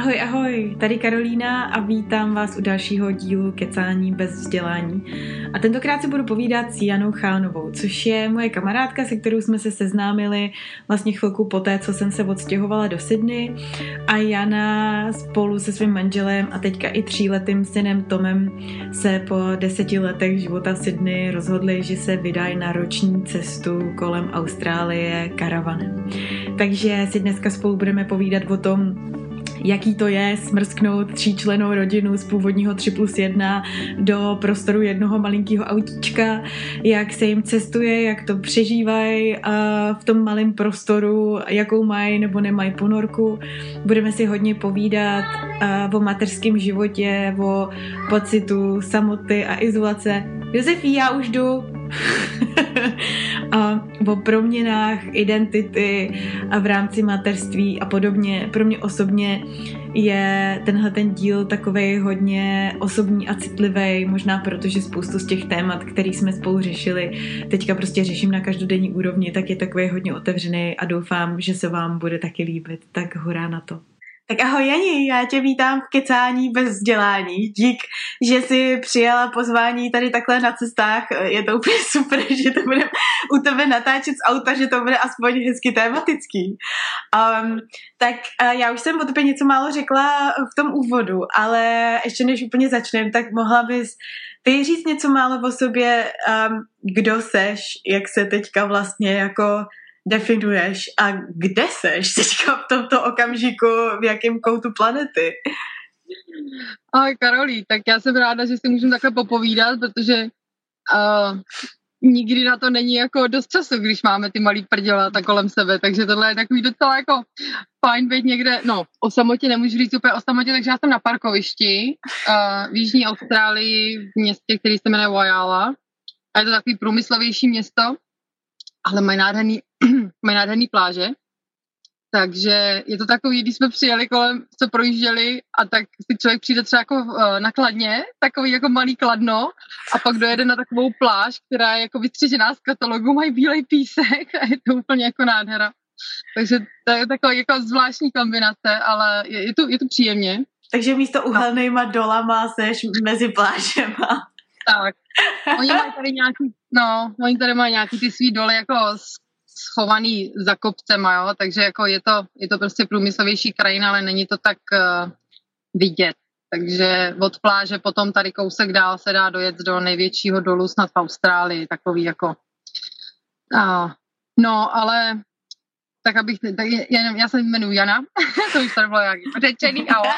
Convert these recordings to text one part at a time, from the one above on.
Ahoj, ahoj, tady Karolína a vítám vás u dalšího dílu Kecání bez vzdělání. A tentokrát si budu povídat s Janou Chánovou, což je moje kamarádka, se kterou jsme se seznámili vlastně chvilku poté, co jsem se odstěhovala do Sydney. A Jana spolu se svým manželem a teďka i 3letým synem Tomem se po 10 letech života v Sydney rozhodli, že se vydají na roční cestu kolem Austrálie karavanem. Takže si dneska spolu budeme povídat o tom, jaký to je smrsknout 3člennou rodinu z původního 3+1 do prostoru jednoho malinkého autíčka, jak se jim cestuje, jak to přežívají v tom malém prostoru, jakou mají nebo nemají ponorku. Budeme si hodně povídat o mateřském životě, o pocitu samoty a izolace. Josefi, já už jdu. A o proměnách identity a v rámci mateřství a podobně. Pro mě osobně je tenhle ten díl takovej hodně osobní a citlivý, možná protože spoustu z těch témat, který jsme spolu řešili, teďka prostě řeším na každodenní úrovni, tak je takový hodně otevřený a doufám, že se vám bude taky líbit. Tak hurá na to. Tak ahoj Jani, já tě vítám v Kecání bez vzdělání. Dík, že jsi přijala pozvání tady takhle na cestách. Je to úplně super, že to bude u tebe natáčet z auta, že to bude aspoň hezky tematický. Tak já už jsem o tebe něco málo řekla v tom úvodu, ale ještě než úplně začneme, tak mohla bys ty říct něco málo o sobě, kdo seš, jak se teďka vlastně jako definuješ a kde seš teďka v tomto okamžiku, v jakém koutu planety? Ahoj Karolí, tak já jsem ráda, že si můžu takhle popovídat, protože nikdy na to není jako dost času, když máme ty malý prdělata kolem sebe, takže tohle je takový docela jako fajn být někde, no o samotě nemůžu říct úplně o samotě, takže já jsem na parkovišti v jižní Austrálii v městě, který se jmenuje Whyalla a je to takový průmyslovější město, ale mají nádherný pláže, takže je to takový, když jsme přijeli kolem, co projížděli a tak si člověk přijde třeba jako na Kladně, takový jako malý Kladno a pak dojede na takovou pláž, která je jako vystřižená z katalogu, mají bílej písek a je to úplně jako nádhera. Takže to je taková jako zvláštní kombinace, ale je to příjemně. Takže místo uhelnejma dolama seš mezi plážema. Tak. Oni tady mají nějaký ty svý doly jako schovaný za kopcema, jo, takže jako je to prostě průmyslovější krajina, ale není to tak vidět. Takže od pláže potom tady kousek dál se dá dojet do největšího dolu snad v Austrálii, takový jako no, ale tak já se jmenuji Jana, to už tady bylo nějaký řečený, ale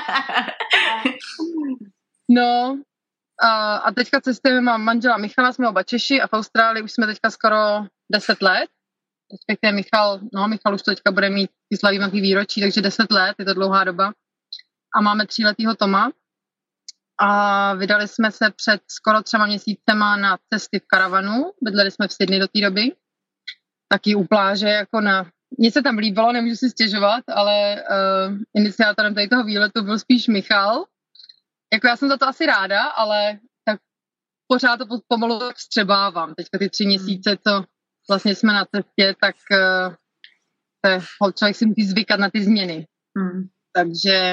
no, a teďka cestujeme, mám manžela Michala, jsme oba Češi a v Austrálii už jsme teďka skoro 10 let. Respektive Michal už to teďka bude mít, slavíme nějaký výročí, takže 10 let, je to dlouhá doba. A máme 3letýho Toma. A vydali jsme se před skoro 3 měsícema na cesty v karavanu. Bydleli jsme v Sydney do té doby. Taky u pláže, jako mně se tam líbilo, nemůžu si stěžovat, ale iniciátorem tady toho výletu byl spíš Michal. Jako já jsem za to asi ráda, ale tak pořád to pomalu vstřebávám. Teďka ty 3 měsíce, co vlastně jsme na cestě, tak člověk si musí zvykat na ty změny. Takže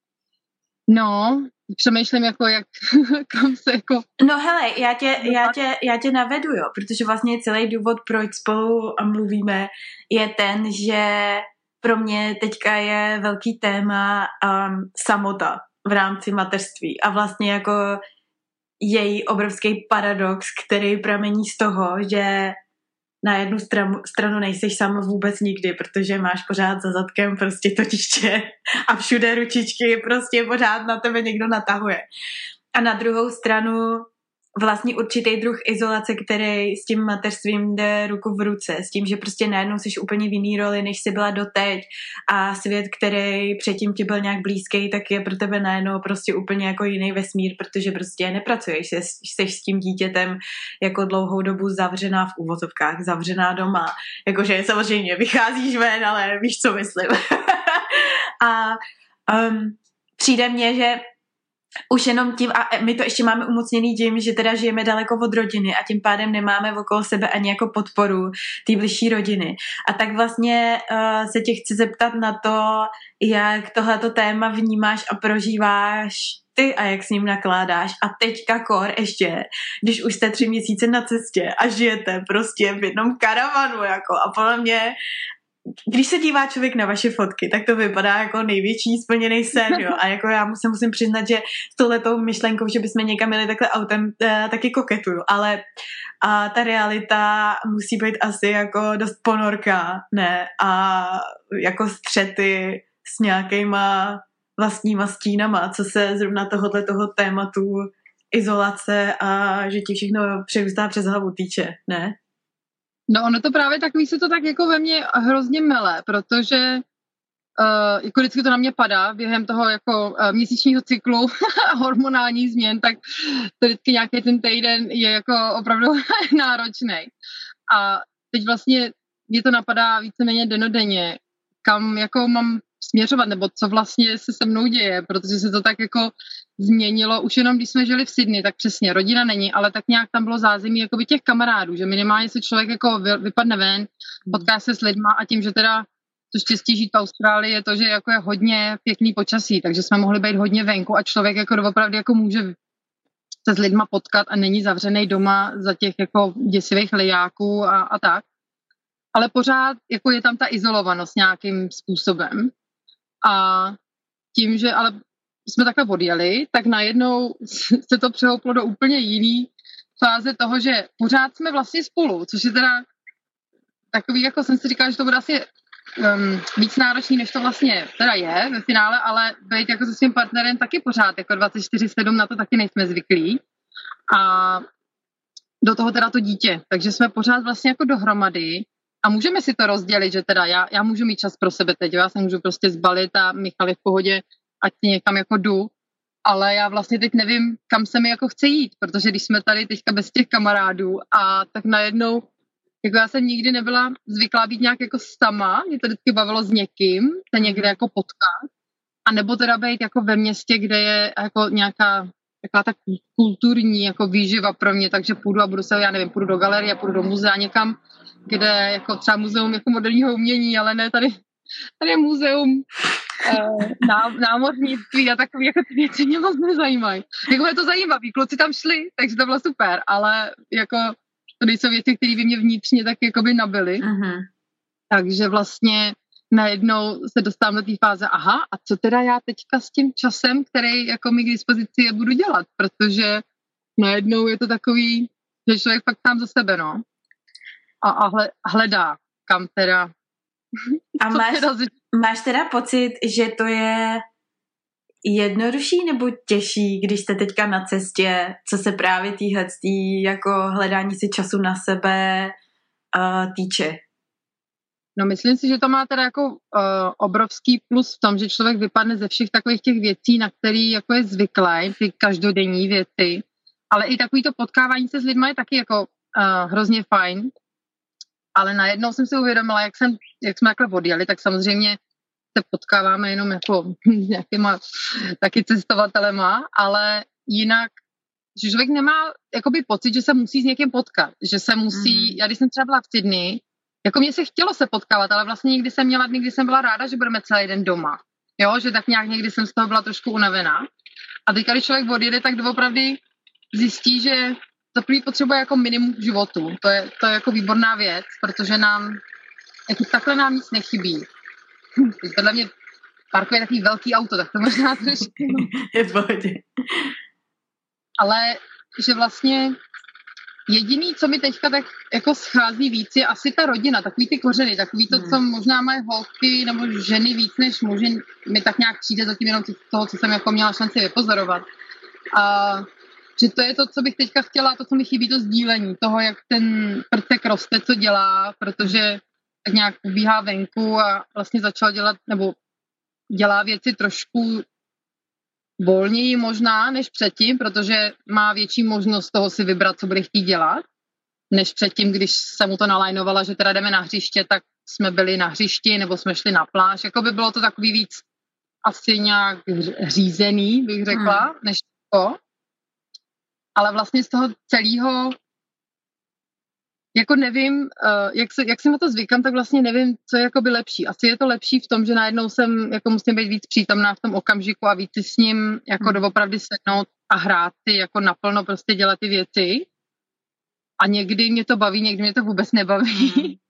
přemýšlím jako jak kam se jako... No hele, já tě navedu, jo, protože vlastně celý důvod, proč spolu mluvíme, je ten, že pro mě teďka je velký téma samota v rámci mateřství a vlastně jako její obrovský paradox, který pramení z toho, že na jednu stranu nejseš sama vůbec nikdy, protože máš pořád za zadkem prostě to dítě a všude ručičky, prostě pořád na tebe někdo natahuje. A na druhou stranu vlastně určitý druh izolace, který s tím mateřstvím jde ruku v ruce, s tím, že prostě najednou jsi úplně v jiný roli, než jsi byla doteď a svět, který předtím ti byl nějak blízký, tak je pro tebe najednou prostě úplně jako jiný vesmír, protože prostě nepracuješ, jsi s tím dítětem jako dlouhou dobu zavřená v uvozovkách, zavřená doma, jakože samozřejmě vycházíš ven, ale víš, co myslím. A přijde mně, že Už jenom tím, a my to ještě máme umocněný tím, že teda žijeme daleko od rodiny a tím pádem nemáme okolo sebe ani jako podporu té bližší rodiny. A tak vlastně se tě chci zeptat na to, jak tohleto téma vnímáš a prožíváš ty a jak s ním nakládáš. A teďka kor ještě, když už jste 3 měsíce na cestě a žijete prostě v jednom karavanu, jako, a podle mě když se dívá člověk na vaše fotky, tak to vypadá jako největší splněný sen, jo. A jako já musím přiznat, že s touhletou myšlenkou, že bychom někam jeli takhle autem, taky koketuju. Ale ta realita musí být asi jako dost ponorká, ne? A jako střety s nějakýma vlastníma stínama, co se zrovna toho tématu izolace a že ti všechno přerůstá přes hlavu týče, ne? No ono to právě takový se to tak jako ve mně hrozně mele, protože jako vždycky to na mě padá během toho jako měsíčního cyklu hormonálních změn, tak to vždycky nějaký ten týden je jako opravdu náročný. A teď vlastně mě to napadá víceméně dennodenně, kam jako mám směřovat, nebo co vlastně se mnou děje, protože se to tak jako změnilo. Už jenom když jsme žili v Sydney, tak přesně, rodina není, ale tak nějak tam bylo zázemí jakoby těch kamarádů, že minimálně se člověk jako vypadne ven, potká se s lidma a tím, že teda to štěstí žít v Austrálii je to, že jako je hodně pěkný počasí, takže jsme mohli být hodně venku a člověk jako opravdu jako může se s lidma potkat a není zavřený doma za těch jako děsivých lejáků a tak. Ale pořád jako je tam ta izolovanost nějakým způsobem. A tím, že ale jsme takhle odjeli, tak najednou se to přehouplo do úplně jiný fáze toho, že pořád jsme vlastně spolu, což je teda takový, jako jsem si říkala, že to bude asi víc náročný, než to vlastně teda je ve finále, ale být jako se svým partnerem taky pořád, jako 24/7 na to taky nejsme zvyklí. A do toho teda to dítě, takže jsme pořád vlastně jako dohromady a můžeme si to rozdělit, že teda já můžu mít čas pro sebe teď, já se můžu prostě zbalit a Michal je v pohodě, ať někam jako jdu, ale já vlastně teď nevím, kam se mi jako chce jít, protože když jsme tady teďka bez těch kamarádů a tak najednou, jako já jsem nikdy nebyla zvyklá být nějak jako sama, mě to vždycky bavilo s někým, se někde jako potkat, a nebo teda být jako ve městě, kde je jako nějaká taková ta kulturní jako výživa pro mě, takže půjdu a budu se, já nevím, půjdu do galerie, půjdu do muzea někam, kde jako třeba muzeum jako moderního umění, ale ne tady je muzeum námořnictví a takové jako ty věci mě moc nezajímají. Jako je to zajímavý, kluci tam šli, takže to bylo super, ale jako to nejsou věci, které by mě vnitřně tak jako by nabily. Uh-huh. Takže vlastně najednou se dostávám do té fáze, aha, a co teda já teďka s tím časem, který jako mi k dispozici je, budu dělat, protože najednou je to takový, že člověk fakt sám za sebe, no. A hledá, kam teda. A máš teda pocit, že to je jednodušší nebo těžší, když jste teďka na cestě, co se právě týhletý jako hledání si času na sebe týče? No myslím si, že to má teda jako obrovský plus v tom, že člověk vypadne ze všech takových těch věcí, na který jako je zvyklý, ty každodenní věci, ale i takový to potkávání se s lidmi je taky jako hrozně fajn. Ale najednou jsem si uvědomila, jak jsme takhle odjeli, tak samozřejmě se potkáváme jenom jako s nějakýma taky cestovatelema, ale jinak, že člověk nemá jakoby pocit, že se musí s někým potkat, že se musí, já když jsem třeba byla v Sydney, jako mně se chtělo se potkávat, ale vlastně nikdy jsem měla dny, kdy jsem byla ráda, že budeme celý den doma, jo, že tak nějak někdy jsem z toho byla trošku unavená. A teď, když člověk odjede, tak doopravdy zjistí, že to prý potřebuje jako minimum k životu. To je jako výborná věc, protože jako takhle nám nic nechybí. Podle mě parkuje takový velký auto, tak to možná trošku. Je v pohodě. Ale že vlastně jediný, co mi teďka tak jako schází víc, je asi ta rodina, takový ty kořeny, takový to, co možná mají holky nebo ženy víc než muži, mi tak nějak přijde zatím jenom toho, co jsem jako měla šanci vypozorovat. A že to je to, co bych teďka chtěla, to, co mi chybí, to sdílení toho, jak ten prcek roste, co dělá, protože tak nějak ubíhá venku a vlastně začal dělat, nebo dělá věci trošku volněji možná než předtím, protože má větší možnost toho si vybrat, co bude chtít dělat, než předtím, když jsem mu to nalajnovala, že teda jdeme na hřiště, tak jsme byli na hřišti, nebo jsme šli na pláž, jako by bylo to takový víc asi nějak řízený, bych řekla, než to. Ale vlastně z toho celého jako nevím, jak si na to zvykám, tak vlastně nevím, co je jakoby lepší. Asi je to lepší v tom, že najednou jsem, jako musím být víc přítomná v tom okamžiku a víc si s ním jako doopravdy sednout a hrát si, jako naplno prostě dělat ty věci. A někdy mě to baví, někdy mě to vůbec nebaví.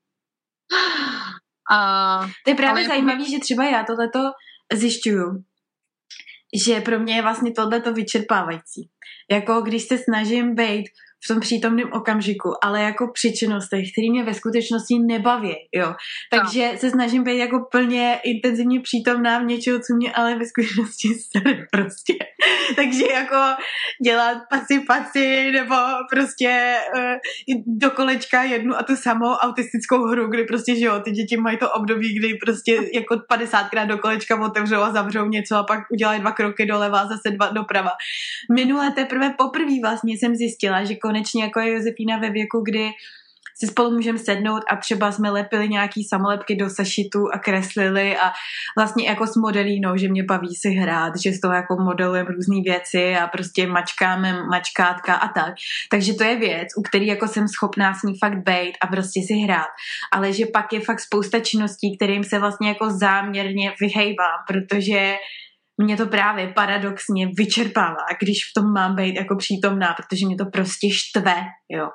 To je právě zajímavé, že třeba já tohleto zjišťuju, že pro mě je vlastně tohleto vyčerpávající. Jako když se snažím být v tom přítomném okamžiku, ale jako při činnostech, který mě ve skutečnosti nebaví, jo. Takže se snažím být jako plně intenzivně přítomná v něčeho, co mě ale ve skutečnosti sere prostě. Takže jako dělat paci, nebo prostě do kolečka jednu a tu samou autistickou hru, kdy prostě, že jo, ty děti mají to období, kdy prostě jako 50krát do kolečka otevřou a zavřou něco a pak udělají 2 kroky doleva a zase 2 doprava. Minule teprve poprvé vlastně jsem zjistila, že konečně jako je Josefína ve věku, kdy si spolu můžeme sednout a třeba jsme lepili nějaký samolepky do sešitu a kreslili a vlastně jako s modelínou, že mě baví si hrát, že z toho jako modelujeme různý věci a prostě mačkáme mačkátka a tak. Takže to je věc, u který jako jsem schopná s ní fakt bejt a prostě si hrát. Ale že pak je fakt spousta činností, kterým se vlastně jako záměrně vyhejbám, protože mě to právě paradoxně vyčerpává, když v tom mám být jako přítomná, protože mě to prostě štve, jo.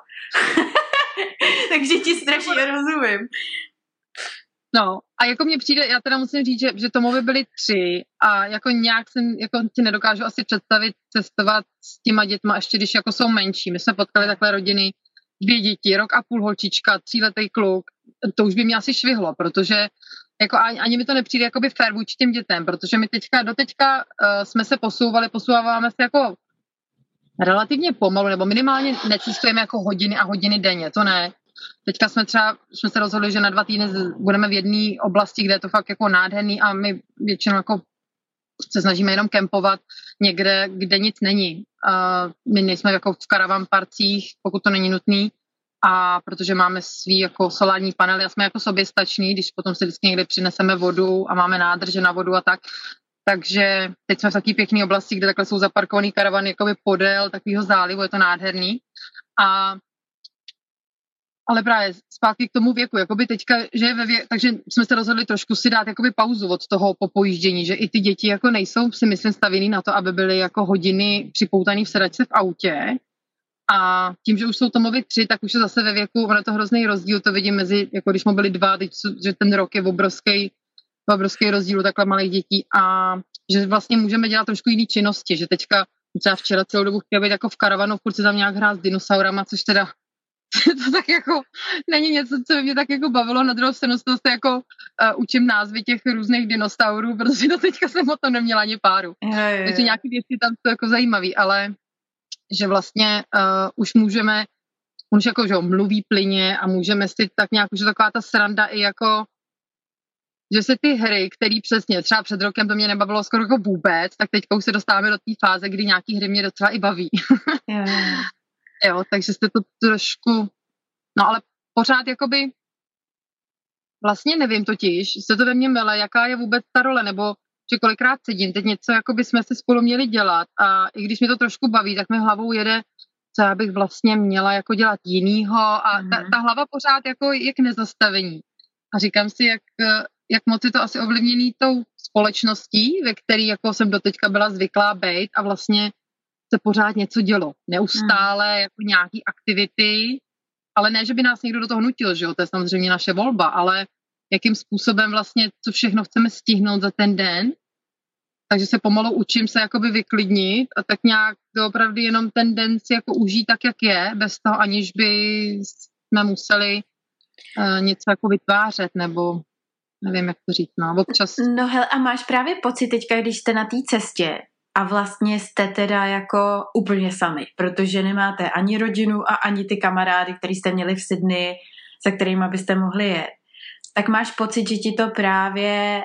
Takže ti strašně rozumím. No a jako mně přijde, já teda musím říct, že Tomovi byly 3 a jako nějak jsem, jako ti nedokážu asi představit cestovat s těma dětma, ještě když jako jsou menší. My jsme potkali takhle rodiny, 2 děti, 1,5 roku holčička, 3letý kluk, to už by mě asi švihlo, protože jako ani mi to nepřijde jakoby fair vůči těm dětem, protože my doteďka jsme se posouváme se jako relativně pomalu, nebo minimálně necestujeme jako hodiny a hodiny denně, to ne. Teďka jsme se rozhodli, že na 2 týdny budeme v jedné oblasti, kde je to fakt jako nádherný a my většinou jako se snažíme jenom kempovat někde, kde nic není. My nejsme jako v karavan parcích, pokud to není nutný, a protože máme svý jako solární panely a jsme jako soběstační, když potom si vždycky někde přineseme vodu a máme nádrže na vodu a tak. Takže teď jsme v takové pěkné oblasti, kde takhle jsou zaparkovaný karavany jakoby podél takového zálivu, je to nádherný. Ale právě zpátky k tomu věku, jakoby teďka, že je ve věku, takže jsme se rozhodli trošku si dát jakoby pauzu od toho popojíždění, že i ty děti jako nejsou, si myslím, stavěný na to, aby byly jako hodiny připoutaný v sedačce v autě. A tím, že už jsou Tomovi 3, tak už je zase ve věku, ono je to hrozný rozdíl, to vidím mezi, jako když mu byli 2, teď, že ten rok je obrovský rozdíl takhle malých dětí a že vlastně můžeme dělat trošku jiný činnosti, že teďka třeba včera celou dobu chtěla být jako v karavanu, furt se tam nějak hrát s dinosaurama, což teda to tak jako není něco, co by mě tak jako bavilo. Na druhou stranu se jako učím názvy těch různých dinosaurů, protože do teďka jsem o tom neměla ani páru. Takže nějaký věci tam jsou jako zajímavý, ale že vlastně už můžeme, on už jako že mluví plyně a můžeme si tak nějak, že taková ta sranda i jako, že se ty hry, které přesně třeba před rokem to mě nebavilo skoro jako vůbec, tak teďka už se dostáváme do té fáze, kdy nějaký hry mě docela i baví. Jo, takže jste to trošku, no ale pořád jakoby, vlastně nevím totiž, se to ve mně mele, jaká je vůbec ta role, nebo že kolikrát sedím, teď něco jakoby jsme se spolu měli dělat a i když mě to trošku baví, tak mi hlavou jede, co já bych vlastně měla jako dělat jinýho a ta hlava pořád jako je k nezastavení. A říkám si, jak moc je to asi ovlivněný tou společností, ve který jako jsem doteďka byla zvyklá bejt a vlastně se pořád něco dělo. Neustále jako nějaký aktivity, ale ne, že by nás někdo do toho nutil, že jo, to je samozřejmě naše volba, ale jakým způsobem vlastně, co všechno chceme stihnout za ten den, takže se pomalu učím se jakoby vyklidnit a tak nějak opravdu jenom ten den si jako užít tak, jak je, bez toho, aniž by jsme museli něco jako vytvářet, nebo nevím, jak to říct, no, občas. No hele, a máš právě pocit teďka, když jste na té cestě a vlastně jste teda jako úplně sami, protože nemáte ani rodinu a ani ty kamarády, který jste měli v Sydney, se kterými byste mohli jet, tak máš pocit, že ti to právě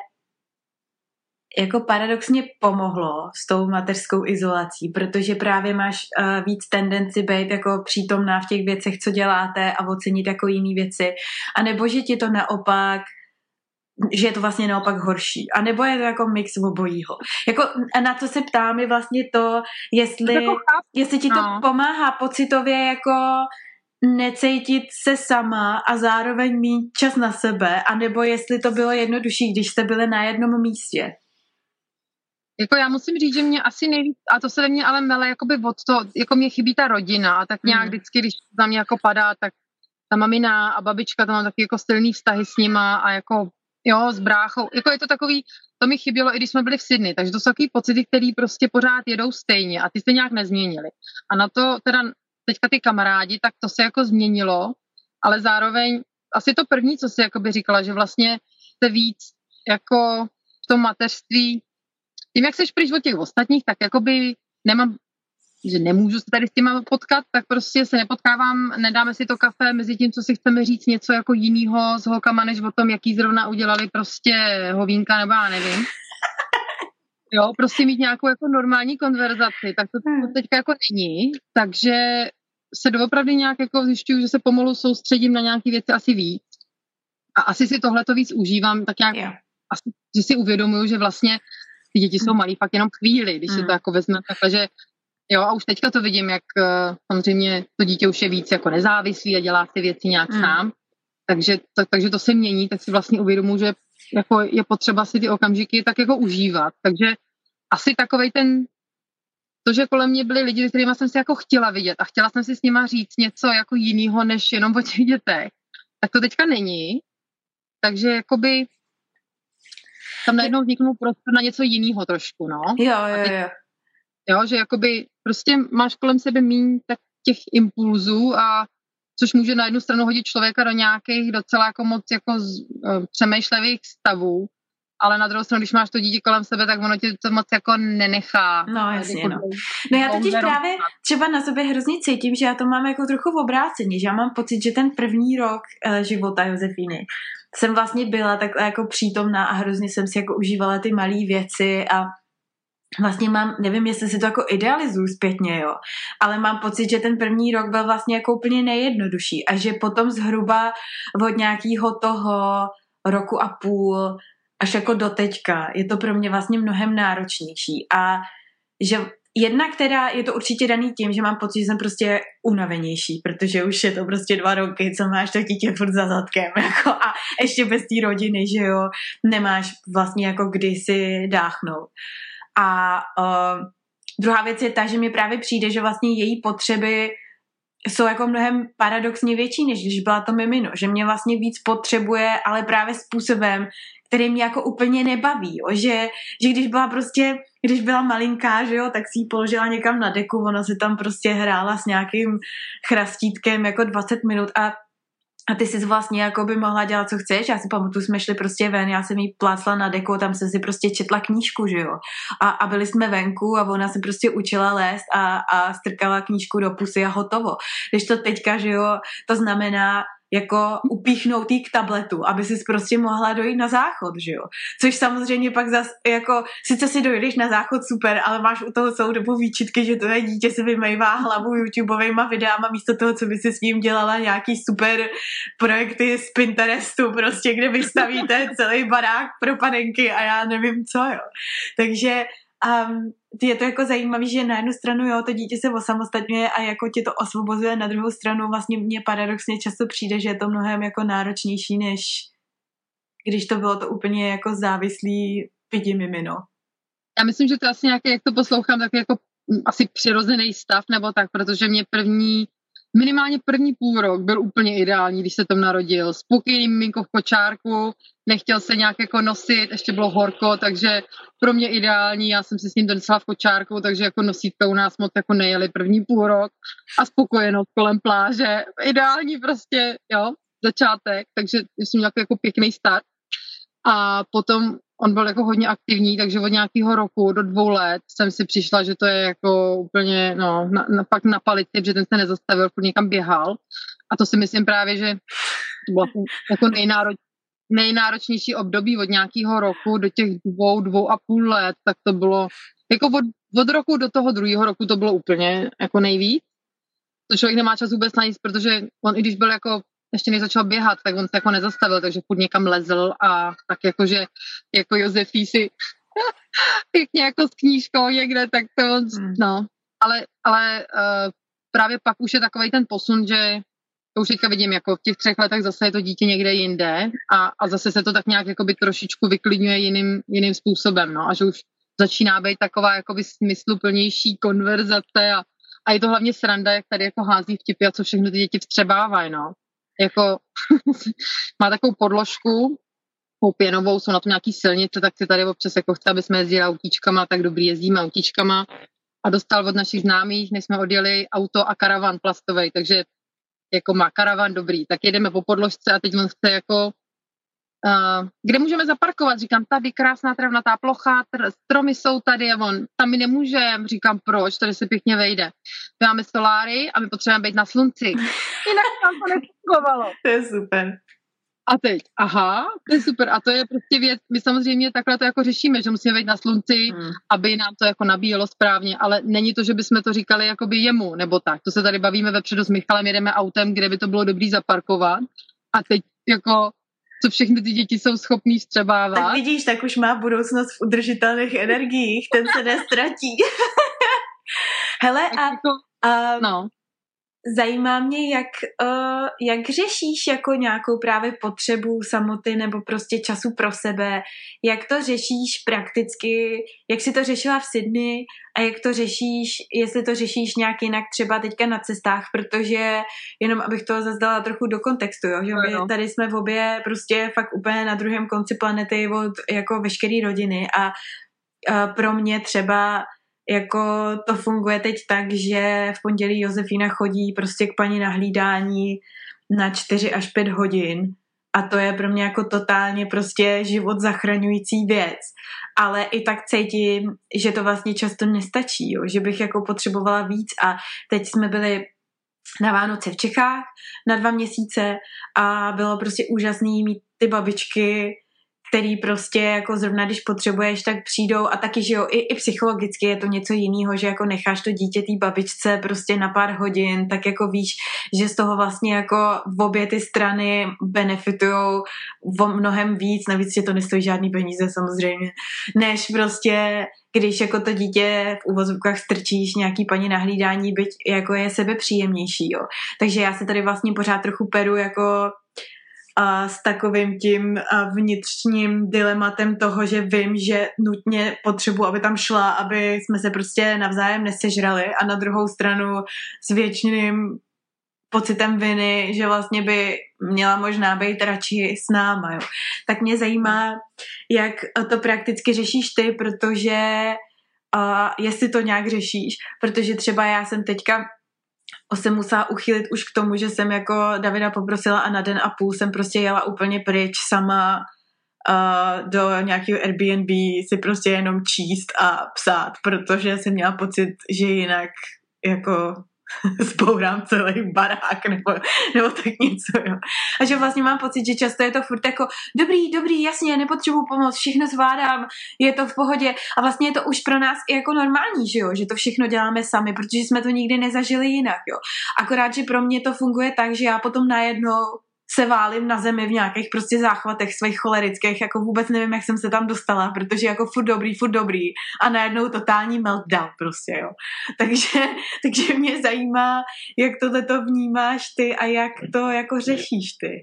jako paradoxně pomohlo s tou mateřskou izolací, protože právě máš víc tendenci být jako přítomná v těch věcech, co děláte a ocenit jako jiný věci, a nebo že ti to naopak že je to vlastně naopak horší. A nebo je to jako mix obojího. Jako na co se ptám je vlastně to, jestli ti to pomáhá pocitově jako necítit se sama a zároveň mít čas na sebe, anebo jestli to bylo jednodušší, když jste byli na jednom místě. Jako já musím říct, že mě asi nejvíc, a to se ve mně ale mele jakoby od toho, jako mě chybí ta rodina a tak nějak vždycky, když za mě jako padá, tak ta mamina a babička, to mám taky jako silný vztahy s nima a jako jo, s bráchou, jako je to takový, to mi chybělo, i když jsme byli v Sydney, takže to jsou takový pocity, který prostě pořád jedou stejně a ty se nějak nezměnily. A na to teda teďka ty kamarádi, tak to se jako změnilo, ale zároveň asi to první, co jsi jakoby říkala, že vlastně se víc jako v tom mateřství, tím, jak seš pryč od těch ostatních, tak jakoby nemám, že nemůžu se tady s těma potkat, tak prostě se nepotkávám, nedáme si to kafe mezi tím, co si chceme říct něco jako jinýho s holkama, než o tom, jaký zrovna udělali prostě hovínka, nebo já nevím. Jo, prostě mít nějakou jako normální konverzaci, tak to teďka jako není, takže se doopravdy nějak jako zjišťuju, že se pomalu soustředím na nějaké věci asi víc a asi si tohleto víc užívám, tak nějak asi, že si uvědomuju, že vlastně ty děti jsou malí fakt jenom chvíli, když se to jako vezme, takže jo, a už teďka to vidím, jak samozřejmě to dítě už je víc jako nezávislý a dělá si věci nějak sám, takže to se mění, tak si vlastně uvědomuji, že jako je potřeba si ty okamžiky tak jako užívat, takže asi takovej to, že kolem mě byli lidi, s kterými jsem si jako chtěla vidět a chtěla jsem si s nima říct něco jako jinýho, než jenom o těch dětech, tak to teďka není, takže jakoby tam najednou vzniknul prostor na něco jinýho trošku, no. Jo, že jakoby prostě máš kolem sebe míň tak těch impulzů a což může na jednu stranu hodit člověka do nějakých docela jako moc jako přemýšlevých stavů, ale na druhou stranu, když máš to dítě kolem sebe, tak ono tě to moc jako nenechá. No jasně, no. No já totiž právě třeba na sobě hrozně cítím, že já to mám jako trochu v obrácení, že já mám pocit, že ten první rok života Josefíny jsem vlastně byla takhle jako přítomná a hrozně jsem si jako užívala ty malé věci a vlastně mám, nevím, jestli si to jako idealizuju zpětně, jo, ale mám pocit, že ten první rok byl vlastně jako úplně nejjednodušší a že potom zhruba od nějakého toho roku a půl až jako do teďka je to pro mě vlastně mnohem náročnější a že jedna, která je to určitě daný tím, že mám pocit, že jsem prostě unavenější, protože už je to prostě 2 roky, co máš to dítě furt za zadkem, jako a ještě bez té rodiny, že jo, nemáš vlastně jako kdy si dáchnout. A druhá věc je ta, že mi právě přijde, že vlastně její potřeby jsou jako mnohem paradoxně větší, než když byla to mimino, že mě vlastně víc potřebuje, ale právě způsobem, který mě jako úplně nebaví, jo? Že když byla malinká, že jo, tak si ji položila někam na deku, ona se tam prostě hrála s nějakým chrastítkem jako 20 minut a ty jsi vlastně jako by mohla dělat, co chceš. Já si pamatuju, jsme šli prostě ven, já jsem jí plácla na deku, tam jsem si prostě četla knížku, že jo. A byli jsme venku a ona se prostě učila lézt a strkala knížku do pusy a hotovo. Když to teďka, že jo, to znamená jako upíchnout jí k tabletu, aby si prostě mohla dojít na záchod, že jo. Což samozřejmě pak zase jako, sice si dojdeš na záchod super, ale máš u toho celou dobu výčitky, že to dítě si vymejvá hlavu YouTubeovejma videama místo toho, co by si s ním dělala nějaký super projekty z Pinterestu, prostě, kde vystavíte celý barák pro panenky a já nevím co, jo. Takže je to jako zajímavý, že na jednu stranu jo, to dítě se osamostatňuje a jako tě to osvobozuje, na druhou stranu vlastně mně paradoxně často přijde, že je to mnohem jako náročnější, než když to bylo to úplně jako závislý pidi mimino. Já myslím, že to asi nějaké, jak to poslouchám, tak jako asi přirozený stav nebo tak, protože mě minimálně první půl rok byl úplně ideální, když se tam narodil. Spokojený miminko v kočárku, nechtěl se nějak jako nosit, ještě bylo horko, takže pro mě ideální, já jsem si s ním donesla v kočárku, takže jako nosítka u nás moc jako nejeli první půl rok a spokojenost kolem pláže, ideální prostě, jo, začátek, takže jsem měl jako pěkný start a potom on byl jako hodně aktivní, takže od nějakého roku do 2 let jsem si přišla, že to je jako úplně, no, pak na palici, protože ten se nezastavil, furt někam běhal. A to si myslím právě, že to bylo jako nejnáročnější období od nějakého roku do těch 2,5 let, tak to bylo, jako od roku do toho 2. roku to bylo úplně jako nejvíc. To člověk nemá čas vůbec na nic, protože on i když byl jako ještě než začal běhat, tak on se jako nezastavil, takže furt někam lezl a tak jakože jako Josefí si pěkně jako s knížkou někde, tak to no. Ale právě pak už je takovej ten posun, že to už teďka vidím, jako v těch 3 letech zase je to dítě někde jinde a zase se to tak nějak jakoby trošičku vyklidňuje jiným způsobem, no, a že už začíná být taková jakoby smysluplnější konverzace a je to hlavně sranda, jak tady jako hází vtipy a co všechno ty děti vstřebávají, no. Jako má takovou podložku, pěnovou, jsou na tom nějaký silnice, tak si tady občas jako chce, aby jsme jezdili autíčkama, tak dobrý, jezdíme autíčkama a dostal od našich známých, než jsme odjeli auto a karavan plastovej, takže jako má karavan, dobrý, tak jedeme po podložce a teď on chce jako kde můžeme zaparkovat? Říkám, tady krásná travnatá plocha, stromy jsou tady a on, tam my nemůžeme. Říkám, proč? Tady se pěkně vejde. My máme soláry a my potřebujeme být na slunci. Jinak tam to nefungovalo. To je super. A teď, aha, to je super. A to je prostě věc, my samozřejmě takhle to jako řešíme, že musíme být na slunci, aby nám to jako nabíjelo správně, ale není to, že bychom to říkali jakoby jemu, nebo tak. To se tady bavíme vepředu s Michalem, jedeme autem, kde by to bylo dobrý zaparkovat. A teď jako co všechny ty děti jsou schopný vstřebávat. Tak vidíš, tak už má budoucnost v udržitelných energiích, ten se nestratí. Hele, no. Zajímá mě, jak řešíš jako nějakou právě potřebu samoty nebo prostě času pro sebe, jak to řešíš prakticky, jak jsi to řešila v Sydney a jak to řešíš, jestli to řešíš nějak jinak třeba teďka na cestách, protože jenom abych to zase dala trochu do kontextu, jo, že my tady jsme v obě prostě fakt úplně na druhém konci planety od jako veškerý rodiny a pro mě třeba jako to funguje teď tak, že v pondělí Josefína chodí prostě k paní na hlídání na 4 až 5 hodin a to je pro mě jako totálně prostě život zachraňující věc. Ale i tak cítím, že to vlastně často nestačí, jo? Že bych jako potřebovala víc a teď jsme byli na Vánoce v Čechách na 2 měsíce a bylo prostě úžasný mít ty babičky, který prostě jako zrovna, když potřebuješ, tak přijdou a taky, že jo, i psychologicky je to něco jiného, že jako necháš to dítě té babičce prostě na pár hodin, tak jako víš, že z toho vlastně jako v obě ty strany benefitujou o mnohem víc, navíc že to nestojí žádný peníze samozřejmě, než prostě když jako to dítě v uvozovkách strčíš nějaký paní na hlídání, byť jako je sebepříjemnější, jo. Takže já se tady vlastně pořád trochu peru jako s takovým tím vnitřním dilematem toho, že vím, že nutně potřebuji, aby tam šla, aby jsme se prostě navzájem nesežrali a na druhou stranu s věčným pocitem viny, že vlastně by měla možná být radši s náma. Jo. Tak mě zajímá, jak to prakticky řešíš ty, protože jestli to nějak řešíš, protože třeba já jsem teďka se musela uchýlit už k tomu, že jsem jako Davida poprosila a na 1,5 den jsem prostě jela úplně pryč sama do nějakého Airbnb si prostě jenom číst a psát, protože jsem měla pocit, že jinak jako zbourám celý barák nebo tak něco, jo. A že vlastně mám pocit, že často je to furt jako dobrý, jasně, nepotřebuji pomoc, všechno zvládám, je to v pohodě a vlastně je to už pro nás i jako normální, že jo, že to všechno děláme sami, protože jsme to nikdy nezažili jinak, jo. Akorát, že pro mě to funguje tak, že já potom najednou se válím na zemi v nějakých prostě záchvatech svých cholerických, jako vůbec nevím, jak jsem se tam dostala, protože jako furt dobrý a najednou totální meltdown prostě, jo. Takže mě zajímá, jak tohleto vnímáš ty a jak to jako řešíš ty.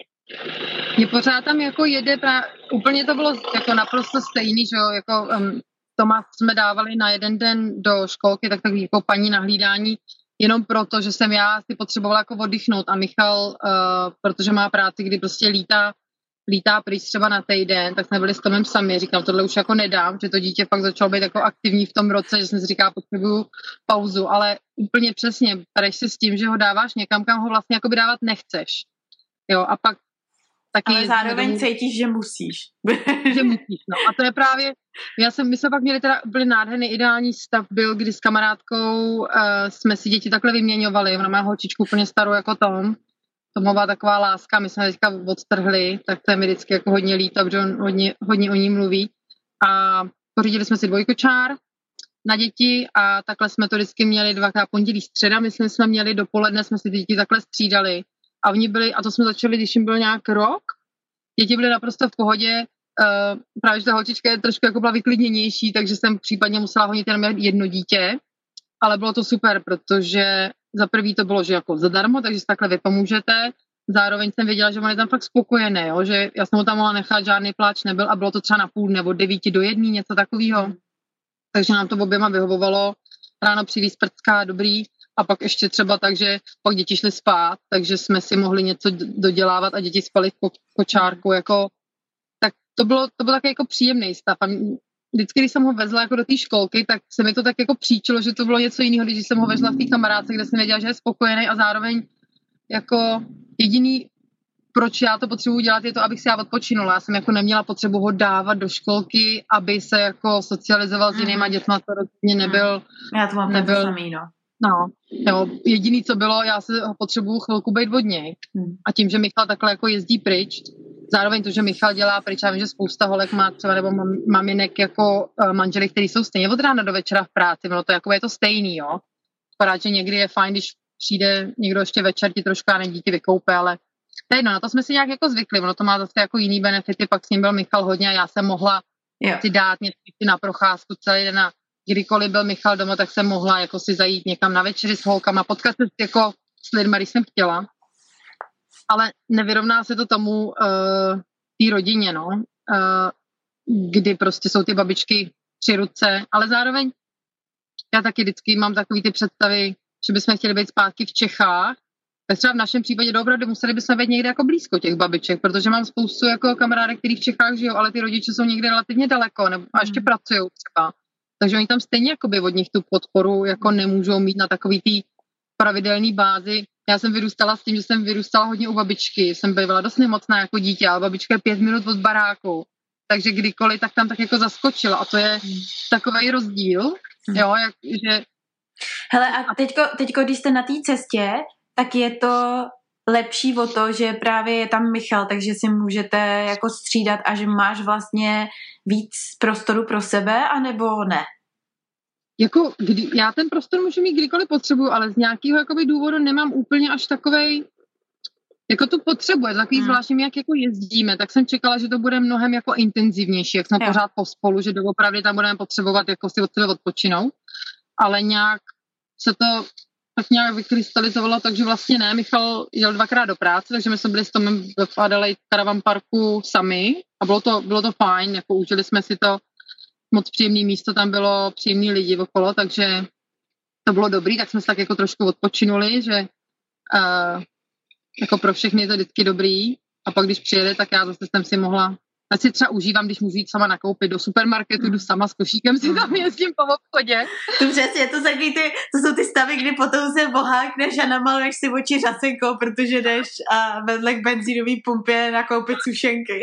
Mě pořád tam jako jede, úplně to bylo jako naprosto stejný, že jo, jako Tomáš jsme dávali na 1 den do školky, tak jako paní na hlídání, jenom proto, že jsem já si potřebovala jako oddychnout a Michal, protože má práci, kdy prostě lítá pryč třeba na týden, tak jsme byli s Tomem sami, říkám, tohle už jako nedám, že to dítě fakt začalo být jako aktivní v tom roce, že jsem si říkala, potřebuju pauzu, ale úplně přesně, hraješ si s tím, že ho dáváš někam, kam ho vlastně jako by dávat nechceš. Jo, a pak taky... Ale zároveň cítíš, že musíš. Že musíš, no. A to je právě, my jsme pak měli teda úplně nádherný ideální stav byl, kdy s kamarádkou jsme si děti takhle vyměňovali, ona má holčičku úplně starou jako Tomová taková láska, my jsme teďka odstrhli, tak to je mi vždycky jako hodně líto, protože on hodně o ní mluví. A pořídili jsme si dvojkočár na děti a takhle jsme to vždycky měli 2x pondělí, středa, myslím, jsme měli dopoledne, jsme si ty děti takhle střídali. a oni byli, a to jsme začali, když jim byl nějak rok, děti byly naprosto v pohodě, právě, že ta holčička je trošku jako byla vyklidněnější, takže jsem případně musela honit jenom jedno dítě, ale bylo to super, protože za prvý to bylo, že jako zadarmo, takže si takhle vy pomůžete, zároveň jsem věděla, že on je tam fakt spokojený, jo? Že já jsem ho tam mohla nechat, žádný pláč nebyl a bylo to třeba na půl nebo 9:00 něco takového. Takže nám to oběma vyhovovalo, ráno přivízt prcka, dobrý, a pak ještě třeba tak, že pak děti šly spát, takže jsme si mohli něco dodělávat a děti spaly v kočárku, jako, tak to byl takový jako příjemný stav. A vždycky, když jsem ho vezla jako do té školky, tak se mi to tak jako příčilo, že to bylo něco jiného, když jsem ho vezla v té kamarádce, kde jsem věděla, že je spokojený a zároveň jako jediný, proč já to potřebuji dělat, je to, abych si já odpočinula. Já jsem jako neměla potřebu ho dávat do školky, aby se jako socializoval s jinýma dětma, to rozhodně nebyl. Já to mám nebyl, samý, no. No, jo, jediný, co bylo, já se ho potřebuju chvilku být od něj. A tím, že Michal takhle jako jezdí pryč, zároveň to, že Michal dělá pryč, já vím, že spousta holek má třeba, nebo maminek jako manžely, který jsou stejně od rána do večera v práci, no to jako je to stejný, jo. Vypadá, že někdy je fajn, když přijde někdo ještě večer, ti trošku dítě vykoupe, ale to je jedno, na to jsme si nějak jako zvykli, ono to má zase jako jiný benefity, pak s ním byl Michal hodně a já jsem mohla si dát něco na procházku celý den a kdykoliv byl Michal doma, tak jsem mohla jako si zajít někam na večeři s holkama, potkat se jako s lidmi, když jsem chtěla. Ale nevyrovná se to tomu té rodině, no. Kdy prostě jsou ty babičky při ruce, ale zároveň já taky vždycky mám takový ty představy, že bychom chtěli být zpátky v Čechách, tak třeba v našem případě opravdu museli bychom být někde jako blízko těch babiček, protože mám spoustu jako kamarádek, kteří v Čechách žijou, ale ty rodiče jsou někde relativně daleko nebo a ještě pracují třeba. Takže oni tam stejně jakoby od nich tu podporu jako nemůžou mít na takový tý pravidelný bázi. Já jsem vyrůstala s tím, že jsem vyrůstala hodně u babičky, jsem byla dost nemocná jako dítě, ale babička je 5 minut od baráku, takže kdykoliv, tak tam tak jako zaskočila a to je takovej rozdíl, jo, že... Hele, a teďko, když jste na té cestě, tak je to lepší o to, že právě je tam Michal, takže si můžete jako střídat a že máš vlastně víc prostoru pro sebe, anebo ne? Jako, já ten prostor můžu mít kdykoliv potřebuju, ale z nějakého jakoby důvodu nemám úplně až takovej, jako to potřebuje, takový zvláštní, jak jako jezdíme, tak jsem čekala, že to bude mnohem jako intenzivnější, jak jsme pořád pospolu, že doopravdy tam budeme potřebovat jako si od sebe odpočinout, ale nějak se to tak nějak vykrystalizovalo, takže vlastně ne, Michal jel 2krát do práce, takže my jsme byli s Tomem v Adelaide Caravan Parku sami a bylo to fajn, jako užili jsme si to, moc příjemný místo, tam bylo příjemný lidi okolo, takže to bylo dobrý, tak jsme se tak jako trošku odpočinuli, že jako pro všechny je to vždycky dobrý a pak když přijeli, tak já zase jsem si mohla, já si třeba užívám, když můžu jít sama nakoupit do supermarketu, jdu sama s košíkem, si tam jezdím po obchodě. To přesně, to jsou ty stavy, kdy potom se bohákneš a namaluješ si oči řasenkou, protože jdeš a vedle k benzínový pumpě nakoupit sušenky.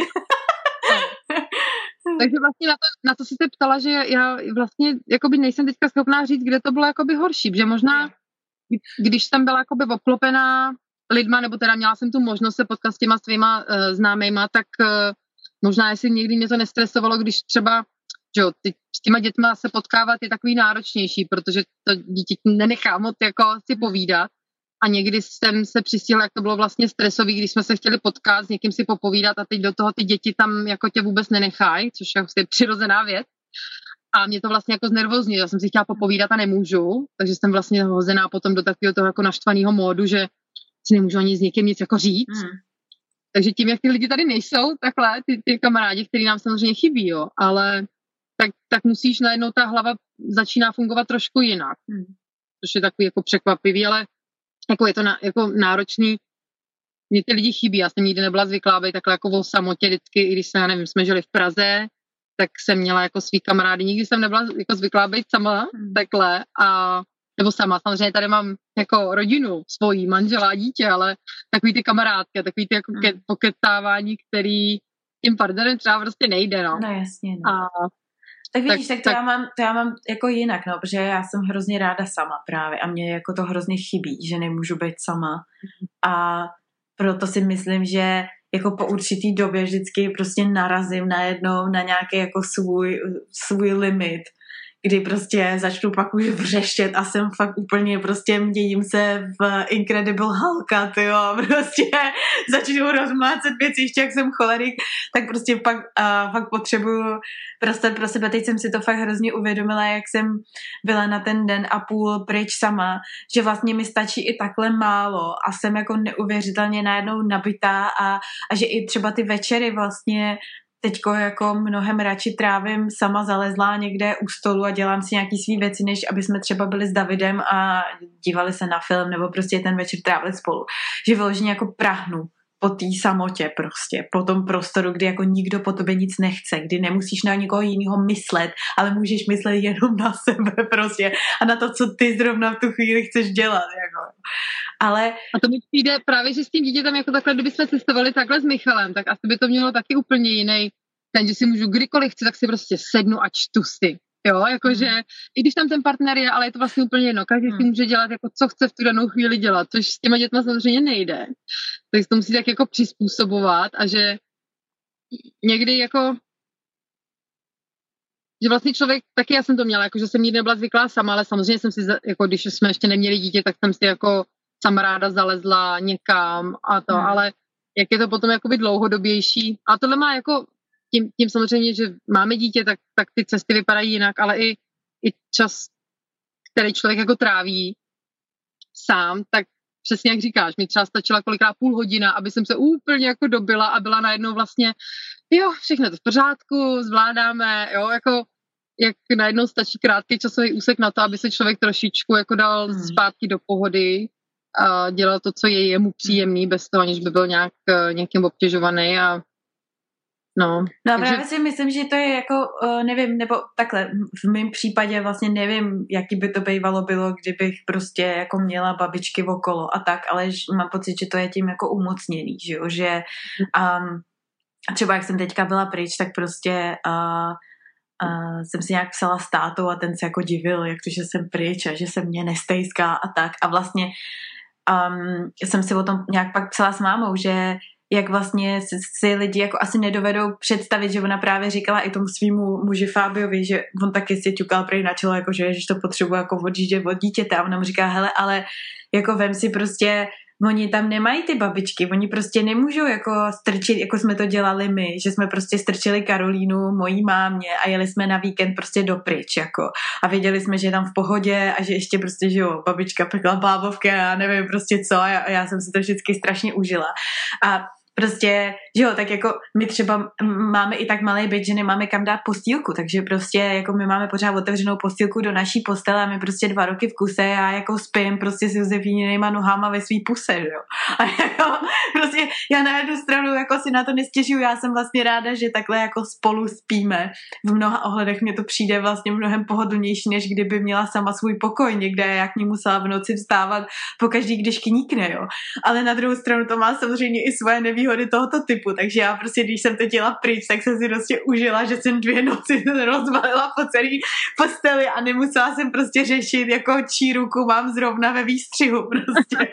Takže vlastně na to si se ptala, že já vlastně jakoby nejsem teďka schopná říct, kde to bylo jakoby horší, že možná, když jsem byla jakoby obklopená lidma, nebo teda měla jsem tu možnost se potkat s těma svýma známejma, tak možná jestli někdy mě to nestresovalo, když třeba, že jo, s těma dětma se potkávat je takový náročnější, protože to dítě nenechá moc jako si povídat. A někdy jsem se přistihla, jak to bylo vlastně stresový, když jsme se chtěli potkat, s někým si popovídat a teď do toho ty děti tam jako tě vůbec nenechají, což je přirozená věc. A mě to vlastně jako znervózní, já jsem si chtěla popovídat a nemůžu, takže jsem vlastně hozená potom do takového toho jako naštvaného módu, že si nemůžu ani s někým nic jako říct. Takže tím, jak ty lidi tady nejsou, takhle, ty kamarádi, který nám samozřejmě chybí, jo, ale tak musíš najednou, ta hlava začíná fungovat trošku jinak, což je takový jako překvapivý, ale jako je to jako náročný. Mně ty lidi chybí, já jsem nikdy nebyla zvyklá být takhle jako o samotě vždycky, i když já nevím, jsme žili v Praze, tak jsem měla jako svý kamarády, nikdy jsem nebyla jako zvyklá být sama takhle nebo sama, samozřejmě tady mám jako rodinu, svojí, manžela, dítě, ale takový ty kamarádky, takový ty jako pokecávání, který tím partnerem třeba prostě nejde, no. No jasně, no. Tak vidíš, tak to já mám jako jinak, no, protože já jsem hrozně ráda sama právě a mě jako to hrozně chybí, že nemůžu být sama a proto si myslím, že jako po určitý době vždycky prostě narazím najednou na nějaký jako svůj limit, kdy prostě začnu pak už vřeštět a jsem fakt úplně prostě měním se v Incredible Hulka, tyjo, prostě začnu rozmlácet věci, ještě jak jsem cholerik, tak prostě pak fakt potřebuju prostor pro sebe. Teď jsem si to fakt hrozně uvědomila, jak jsem byla na ten den a půl pryč sama, že vlastně mi stačí i takhle málo a jsem jako neuvěřitelně najednou nabitá a že i třeba ty večery vlastně teďko jako mnohem radši trávím sama zalezlá někde u stolu a dělám si nějaký svý věci, než aby jsme třeba byli s Davidem a dívali se na film nebo prostě ten večer trávili spolu. Že vyloženě jako prahnu po té samotě prostě, po tom prostoru, kdy jako nikdo po tobě nic nechce, kdy nemusíš na někoho jiného myslet, ale můžeš myslet jenom na sebe prostě a na to, co ty zrovna v tu chvíli chceš dělat. Jako. Ale... A to mi přijde právě, že s tím dítětem jako takhle, kdybychom cestovali takhle s Michalem, tak asi by to mělo taky úplně jiný ten, že si můžu kdykoliv chci, tak si prostě sednu a čtu si. Jo, jakože, i když tam ten partner je, ale je to vlastně úplně jedno, každý si může dělat, jako co chce v tu danou chvíli dělat, což s těma dětma samozřejmě nejde. Tak se to musí tak jako přizpůsobovat a že někdy jako, že vlastně člověk, taky já jsem to měla, jako že jsem nikdy nebyla zvyklá sama, ale samozřejmě jsem si, jako když jsme ještě neměli dítě, tak jsem si jako sama ráda zalezla někam a to, ale jak je to potom jakoby dlouhodobější. A tohle má jako tím samozřejmě, že máme dítě, tak ty cesty vypadají jinak, ale i čas, který člověk jako tráví sám, tak přesně jak říkáš, mi třeba stačila kolikrát půl hodina, aby jsem se úplně jako dobila a byla najednou vlastně, jo, všechno to v pořádku, zvládáme, jo, jako jak najednou stačí krátký časový úsek na to, aby se člověk trošičku jako dal zpátky do pohody a dělal to, co je jemu příjemný, bez toho, aniž by byl nějakým obtěžovaný a no. No a právě si myslím, že to je jako, nevím, nebo takhle, v mém případě vlastně nevím, jaký by to bývalo bylo, kdybych prostě jako měla babičky okolo a tak, ale mám pocit, že to je tím jako umocněný, že jo, že třeba jak jsem teďka byla pryč, tak prostě jsem si nějak psala s tátou a ten se jako divil, jak to, že jsem pryč a že se mě nestejská a tak a vlastně jsem si o tom nějak pak psala s mámou, že jak vlastně si lidi jako asi nedovedou představit, že ona právě říkala i tomu svýmu muži Fábiovi, že on taky si ťukal prej na čelo, jako že to potřebuje jako odjíždět od dítěte a ona mu říká, hele, ale jako vem si prostě, oni tam nemají ty babičky, oni prostě nemůžou jako strčit, jako jsme to dělali my, že jsme prostě strčili Karolínu, mojí mámě a jeli jsme na víkend prostě dopryč, jako a věděli jsme, že je tam v pohodě a že ještě prostě, že jo, babička pekla bábovky a nevím prostě co a já jsem si to vždycky strašně užila a prostě, že jo, tak jako my třeba máme i tak malý byt, že nemáme kam dát postýlku, takže prostě jako my máme pořád otevřenou postýlku do naší postele a my prostě 2 roky v kuse a já jako spím prostě s Josefínínejma nohama ve svý puse, že jo. A jako prostě já na jednu stranu jako si na to nestěžuju, já jsem vlastně ráda, že takhle jako spolu spíme. V mnoha ohledech mě to přijde vlastně mnohem pohodlnější, než kdyby měla sama svůj pokoj někde, jak ní musela v noci vstávat pokaždý, když kníkne, jo. Ale na druhou stranu to má samozřejmě i svoje nevýhody tohoto typu, takže já prostě, když jsem teď jela pryč, tak jsem si prostě užila, že jsem 2 noci rozvalila po celý posteli a nemusela jsem prostě řešit, jako čí ruku mám zrovna ve výstřihu prostě.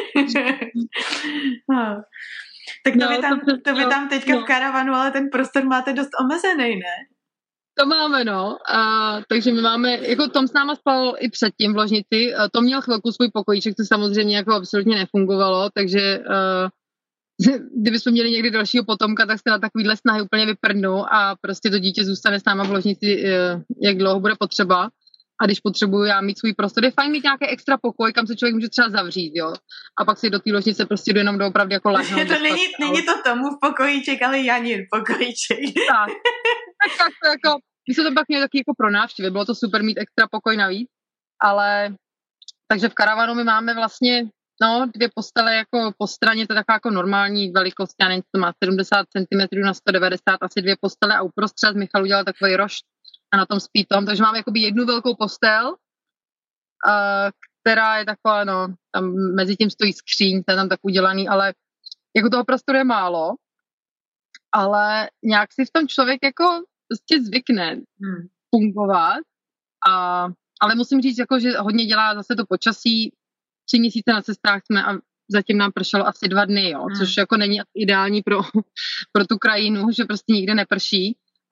No. Tak to vy tam teďka v karavanu, ale ten prostor máte dost omezený, ne? To máme, no. Takže my máme, jako Tom s náma spal i předtím v ložnici, Tom měl chvilku svůj pokojíček, to samozřejmě jako absolutně nefungovalo, takže kdybychom měli někdy dalšího potomka, tak se na takovýhle snahy úplně vyprdnou a prostě to dítě zůstane s náma v ložnici, jak dlouho bude potřeba. A když potřebuju já mít svůj prostor, je fajn mít nějaký extra pokoj, kam se člověk může třeba zavřít, jo. A pak si do té ložnice prostě jdu jenom doopravdy jako lehnout. To není to Tomův pokojíček, ale Janin pokojíček. Tak to jako, my jsme to pak měli taky jako pro návštěvy, bylo to super mít extra pokoj navíc, ale takže v karavanu my máme vlastně 2 postele jako po straně, to je taková jako normální velikost, já nevím, to má 70 cm na 190, asi 2 postele a uprostřed Michal udělal takový rošt a na tom spí Tom, takže máme jakoby 1 velkou postel, která je taková, tam mezi tím stojí skříň, to je tam tak udělaný, ale jako toho prostoru je málo, ale nějak si v tom člověk jako prostě zvykne fungovat, ale musím říct, jako, že hodně dělá zase to počasí. 3 měsíce na cestách jsme a zatím nám pršelo asi 2 dny, jo, což jako není ideální pro tu krajinu, že prostě nikde neprší,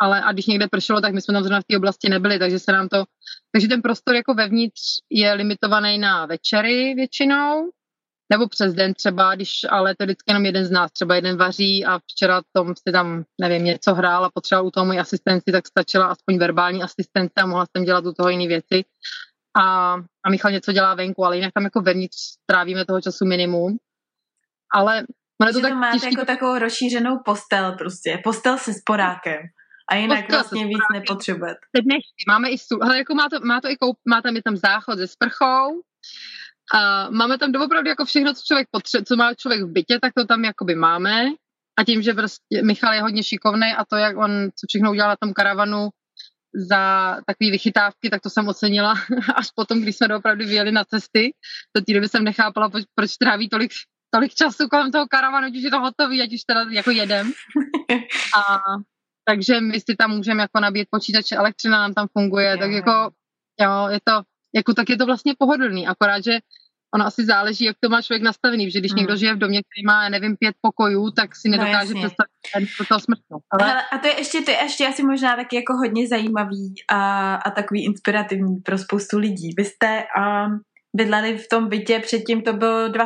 ale a když někde pršelo, tak my jsme tam zrovna v té oblasti nebyli, takže ten prostor jako vevnitř je limitovaný na večery většinou, nebo přes den třeba, ale to je vždycky jenom jeden z nás, třeba jeden vaří a včera Tom si tam, nevím, něco hrál a potřeboval u toho mojí asistenci, tak stačila aspoň verbální asistence a mohla jsem dělat u toho jiné věci. A Michal něco dělá venku, ale jinak tam jako vevnitř trávíme toho času minimum. Ale to tak máte těžký... jako takovou rozšířenou postel prostě, postel se sporákem. A jinak postel vlastně víc nepotřebujete. Máme i stůl, ale jako má tam je tam záchod se sprchou, a máme tam doopravdy jako všechno, co má člověk v bytě, tak to tam jakoby máme. A tím, že prostě Michal je hodně šikovný a to, jak on co všechno udělal na tom karavanu za takové vychytávky, tak to jsem ocenila až potom, když jsme doopravdy vyjeli na cesty. Do té doby jsem nechápala, proč tráví tolik času kolem toho karavanu, když je to hotový, ať už teda jako jedem. A takže my si tam můžeme jako nabít počítače, elektřina nám tam funguje, tak jako jo, je to vlastně pohodlný, akorát, že ono asi záleží, jak to má člověk nastavený, že když někdo žije v domě, který má, nevím, 5 pokojů, tak si nedokáže představit do toho smrtnou. Ale... A to je ještě asi možná taky jako hodně zajímavý a takový inspirativní pro spoustu lidí. Vy jste bydleli v tom bytě, předtím to bylo 2+1,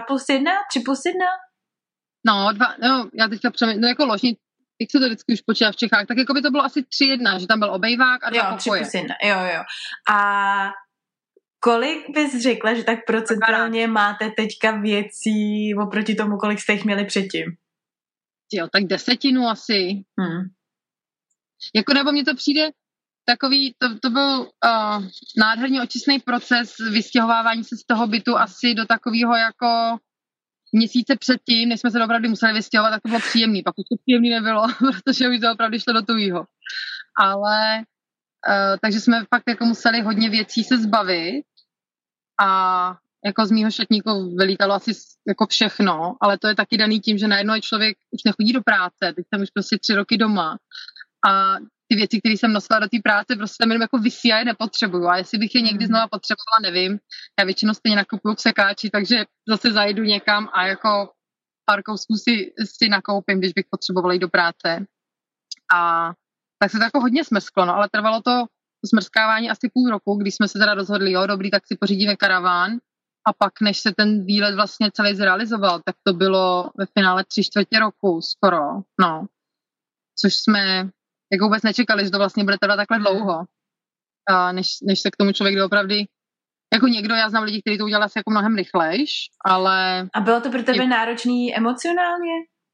3+1? No, já teďka přemýšlím, jako ložní, jak se to vždycky už počítá v Čechách, tak jako by to bylo asi 3:1, že tam byl obejvák a 2 pokoje. 3+1, jo. A kolik bys řekla, že tak procentuálně máte teďka věcí oproti tomu, kolik jste jich měli předtím? Jo, tak 10 asi. Jako nebo mně to přijde takový, to byl nádherně očistný proces vystěhovávání se z toho bytu asi do takového jako měsíce předtím, než jsme se opravdu museli vystěhovat, tak to bylo příjemný. Pak už to příjemný nebylo, protože už to opravdu šlo do tuhýho. Ale takže jsme fakt jako museli hodně věcí se zbavit a jako z mýho šatníku vylítalo asi jako všechno, ale to je taky daný tím, že najednou člověk už nechodí do práce, teď jsem už prostě 3 roky doma a ty věci, které jsem nosila do té práce, prostě tam jenom jako visí a je nepotřebuju. A jestli bych je někdy znova potřebovala, nevím. Já většinou stejně nakupuju v sekáči, takže zase zajdu někam a jako pár kousků si nakoupím, když bych potřebovala jít do práce. A tak se to jako hodně smrsklo, no, ale trvalo to smrskávání asi půl roku, když jsme se teda rozhodli, jo, dobrý, tak si pořídíme karaván. A pak, než se ten výlet vlastně celý zrealizoval, tak to bylo ve finále 3/4 roku skoro, no. Což jsme jako vůbec nečekali, že to vlastně bude trvat takhle dlouho. A než se k tomu člověk doopravdy, jako někdo, já znám lidi, kteří to udělali asi jako mnohem rychlejš, ale... A bylo to pro tebe náročný emocionálně?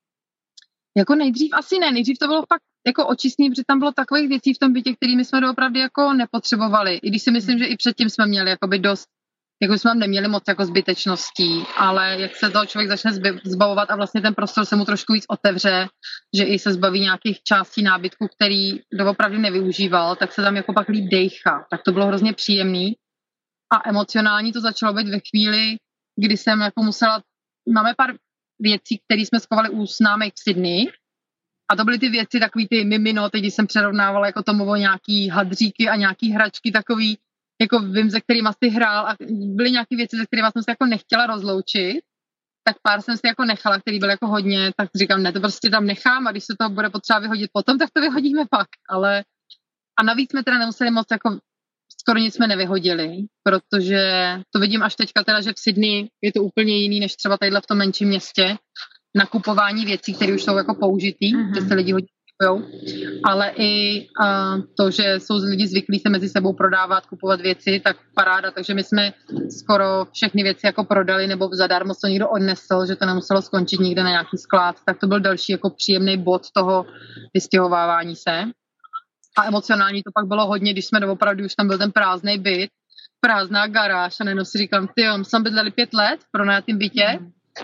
Jako nejdřív asi ne, nejdřív to bylo fakt jako očistný, protože tam bylo takových věcí v tom bytě, kterými jsme doopravdy jako nepotřebovali. I když si myslím, že i předtím jsme měli jakoby dost, jako jsme tam neměli moc jako zbytečností, ale jak se toho člověk začne zbavovat a vlastně ten prostor se mu trošku víc otevře, že i se zbaví nějakých částí nábytku, který doopravdy nevyužíval, tak se tam jako pak líp dejchá. Tak to bylo hrozně příjemný. A emocionální to začalo být ve chvíli, kdy jsem jako musela, máme pár věcí, které jsme schovali u známých v Sydney. A to byly ty věci, takový ty mimino, teď jsem přerovnávala jako Tomovo nějaký hadříky a nějaký hračky takový, jako vím, se kterýma jsi hrál a byly nějaké věci, se kterýma jsem se jako nechtěla rozloučit, tak pár jsem si jako nechala, který byl jako hodně, tak říkám, ne, to prostě tam nechám a když se to bude potřeba vyhodit potom, tak to vyhodíme pak, ale a navíc jsme teda nemuseli moc jako skoro nic jsme nevyhodili, protože to vidím až teďka teda, že v Sydney je to úplně jiný, než třeba tadyhle v tom menším městě, nakupování věcí, které už jsou jako použitý, že se lidi hodně kupujou, ale i to, že jsou lidi zvyklí se mezi sebou prodávat, kupovat věci, tak paráda, takže my jsme skoro všechny věci jako prodali, nebo zadarmo to někdo odnesl, že to nemuselo skončit nikde na nějaký sklad, tak to byl další jako příjemný bod toho vystěhovávání se. A emocionální to pak bylo hodně, když jsme doopravdy už tam byl ten prázdný byt, prázdná garáž a najednou si říkám, my jsme bydleli 5 let v pronajatém bytě,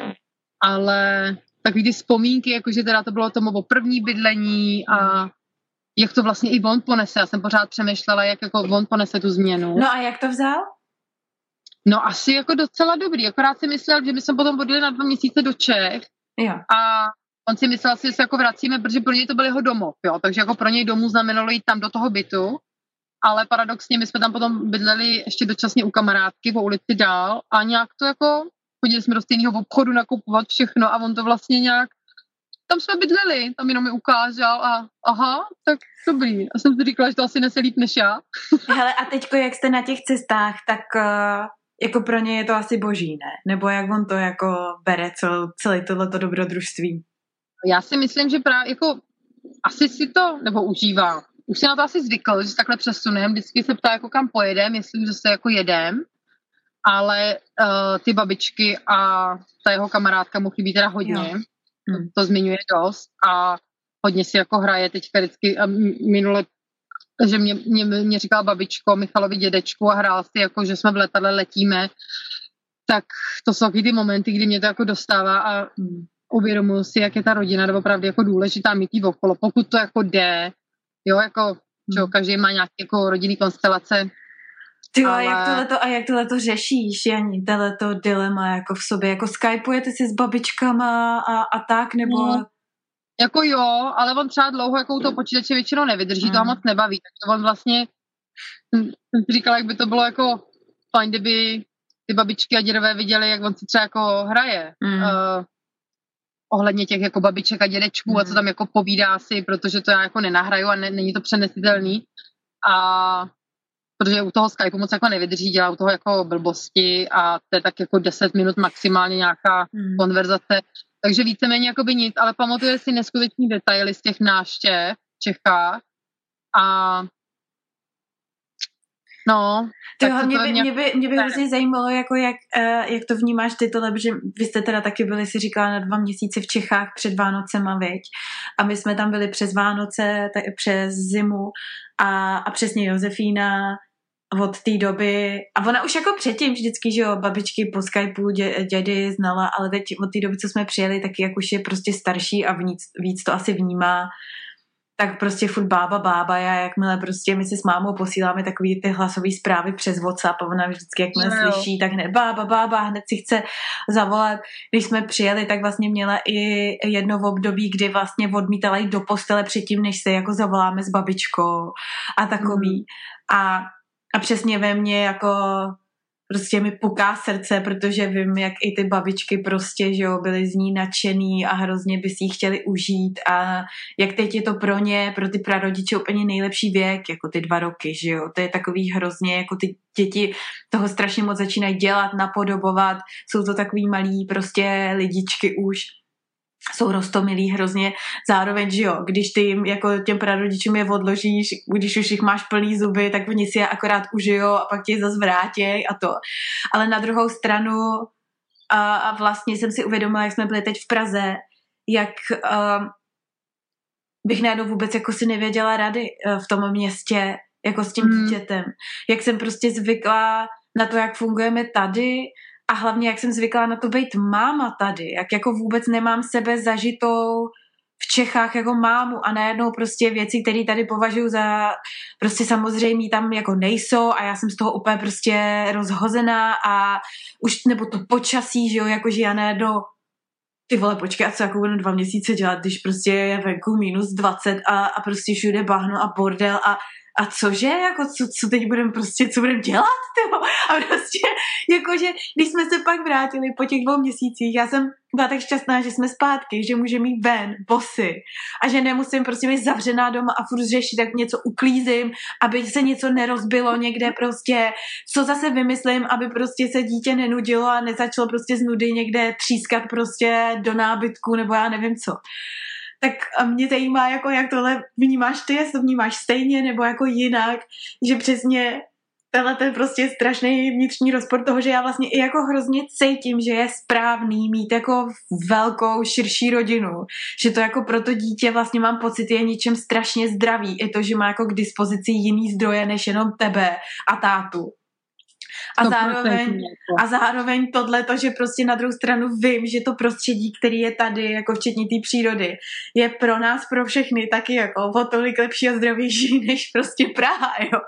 ale takový ty vzpomínky, jakože teda to bylo Tomovo první bydlení a jak to vlastně i on ponese. Já jsem pořád přemýšlela, jak jako on ponese tu změnu. No a jak to vzal? No asi jako docela dobrý, akorát si myslel, že my jsme potom odjeli na 2 měsíce do Čech a on si myslel, že se jako vracíme, protože pro něj to byl jeho domov, jo, takže jako pro něj domů znamenalo jít tam do toho bytu, ale paradoxně my jsme tam potom bydleli ještě dočasně u kamarádky po ulici dál a nějak to jako chodili jsme do stejného obchodu nakupovat všechno a on to vlastně nějak tam jsme bydleli, tam jenom mi ukázal a aha, tak dobrý. A jsem si říkala, že to asi nese líp než já. Hele, a teďko, jak jste na těch cestách, tak jako pro ně je to asi boží, ne? Nebo jak on to jako bere celé tohleto dobrodružství? Já si myslím, že právě jako asi si to, nebo užívá. Už se na to asi zvykl, že se takhle přesunem, vždycky se ptá, jako kam pojedem, jestli už zase jako jedem, ale ty babičky a ta jeho kamarádka mu chybí teda hodně, to zmiňuje dost a hodně si jako hraje teďka vždycky a minule, že mě říkala babičko, Michalovi dědečku a hrál si jako, že jsme v letadle letíme, tak to jsou taky ty momenty, kdy mě to jako dostává a uvědomuji si, jak je ta rodina opravdu jako důležitá mít jí okolo, pokud to jako jde, jo, jako, čo, každý má nějaké jako rodinný konstelace. Ty ale... jak tohleto řešíš, Jani, tohleto dilema jako v sobě, jako skypujete si s babičkama a tak, nebo... Jako jo, ale on třeba dlouho jako u toho počítače většinou nevydrží, to ho moc nebaví, takže on vlastně, jsem si říkala, jak by to bylo jako fajn, kdyby ty babičky a dědové viděli, jak on si třeba jako hraje. Ohledně těch jako babiček a dědečků a co tam jako povídá si, protože to já jako nenahraju a není to přenesitelný. A protože u toho Skypeu moc jako nevydrží, dělá u toho jako blbosti a to je tak jako 10 minut maximálně nějaká konverzace. Takže víceméně jakoby nic, ale pamatuje si neskutečný detaily z těch návštěv v Čechách a no. Mě by hrozně zajímalo, jako jak to vnímáš ty tohle, protože vy jste teda taky byli, si říkala, na 2 měsíce v Čechách před Vánocema, viď? A my jsme tam byli přes Vánoce, přes zimu a přesně Josefína od té doby, a ona už jako předtím vždycky, že jo, babičky po Skypeu dědy znala, ale teď od té doby, co jsme přijeli, taky jak už je prostě starší a víc to asi vnímá, tak prostě furt bába, jakmile prostě my si s mámou posíláme takový ty hlasové zprávy přes WhatsApp a ona vždycky, jakmile slyší, tak hned bába, hned si chce zavolat. Když jsme přijeli, tak vlastně měla i jedno období, kdy vlastně odmítala jít do postele předtím, než se jako zavoláme s babičkou a takový. A přesně ve mně jako prostě mi puká srdce, protože vím, jak i ty babičky prostě, že jo, byly z ní nadšený a hrozně by si ji chtěli užít a jak teď je to pro ně, pro ty prarodiče úplně nejlepší věk, jako ty 2 roky, že jo, to je takový hrozně, jako ty děti toho strašně moc začínají dělat, napodobovat, jsou to takový malí prostě lidičky už, jsou roztomilí hrozně, zároveň, že jo, když ty jim, jako těm prarodičům je odložíš, když už jich máš plný zuby, tak oni si je akorát užijou a pak tě zase vrátěj a to. Ale na druhou stranu a vlastně jsem si uvědomila, jak jsme byli teď v Praze, jak bych najednou vůbec jako si nevěděla rady v tom městě, jako s tím dítětem. Jak jsem prostě zvykla na to, jak fungujeme tady, a hlavně, jak jsem zvykla na to být máma tady, jak jako vůbec nemám sebe zažitou v Čechách jako mámu a najednou prostě věci, které tady považuji za prostě samozřejmě tam jako nejsou a já jsem z toho úplně prostě rozhozená a už nebo to počasí, že jo, jakože já najednou ty vole, počkej, a co jako budu 2 měsíce dělat, když prostě je venku -20 a prostě všude bahno a bordel a cože, jako co teď budeme prostě, co budeme dělat, tyho? A prostě, jakože, když jsme se pak vrátili po těch 2 měsících, já jsem byla tak šťastná, že jsme zpátky, že můžeme jít ven, bosy, a že nemusím prostě být zavřená doma a furt řešit, tak něco uklízím, aby se něco nerozbilo někde prostě, co zase vymyslím, aby prostě se dítě nenudilo a nezačalo prostě z nudy někde třískat prostě do nábytku, nebo já nevím co. Tak mě zajímá, jako jak tohle vnímáš ty, jestli to vnímáš stejně nebo jako jinak, že přesně tenhle ten prostě strašný vnitřní rozpor toho, že já vlastně i jako hrozně cítím, že je správný mít jako velkou, širší rodinu, že to jako pro to dítě vlastně mám pocit je ničem strašně zdravý, i to, že má jako k dispozici jiný zdroje než jenom tebe a tátu. A zároveň tohleto, že prostě na druhou stranu vím, že to prostředí, který je tady, jako včetně té přírody, je pro nás, pro všechny taky jako o tolik lepší a zdravější než prostě Praha, jo.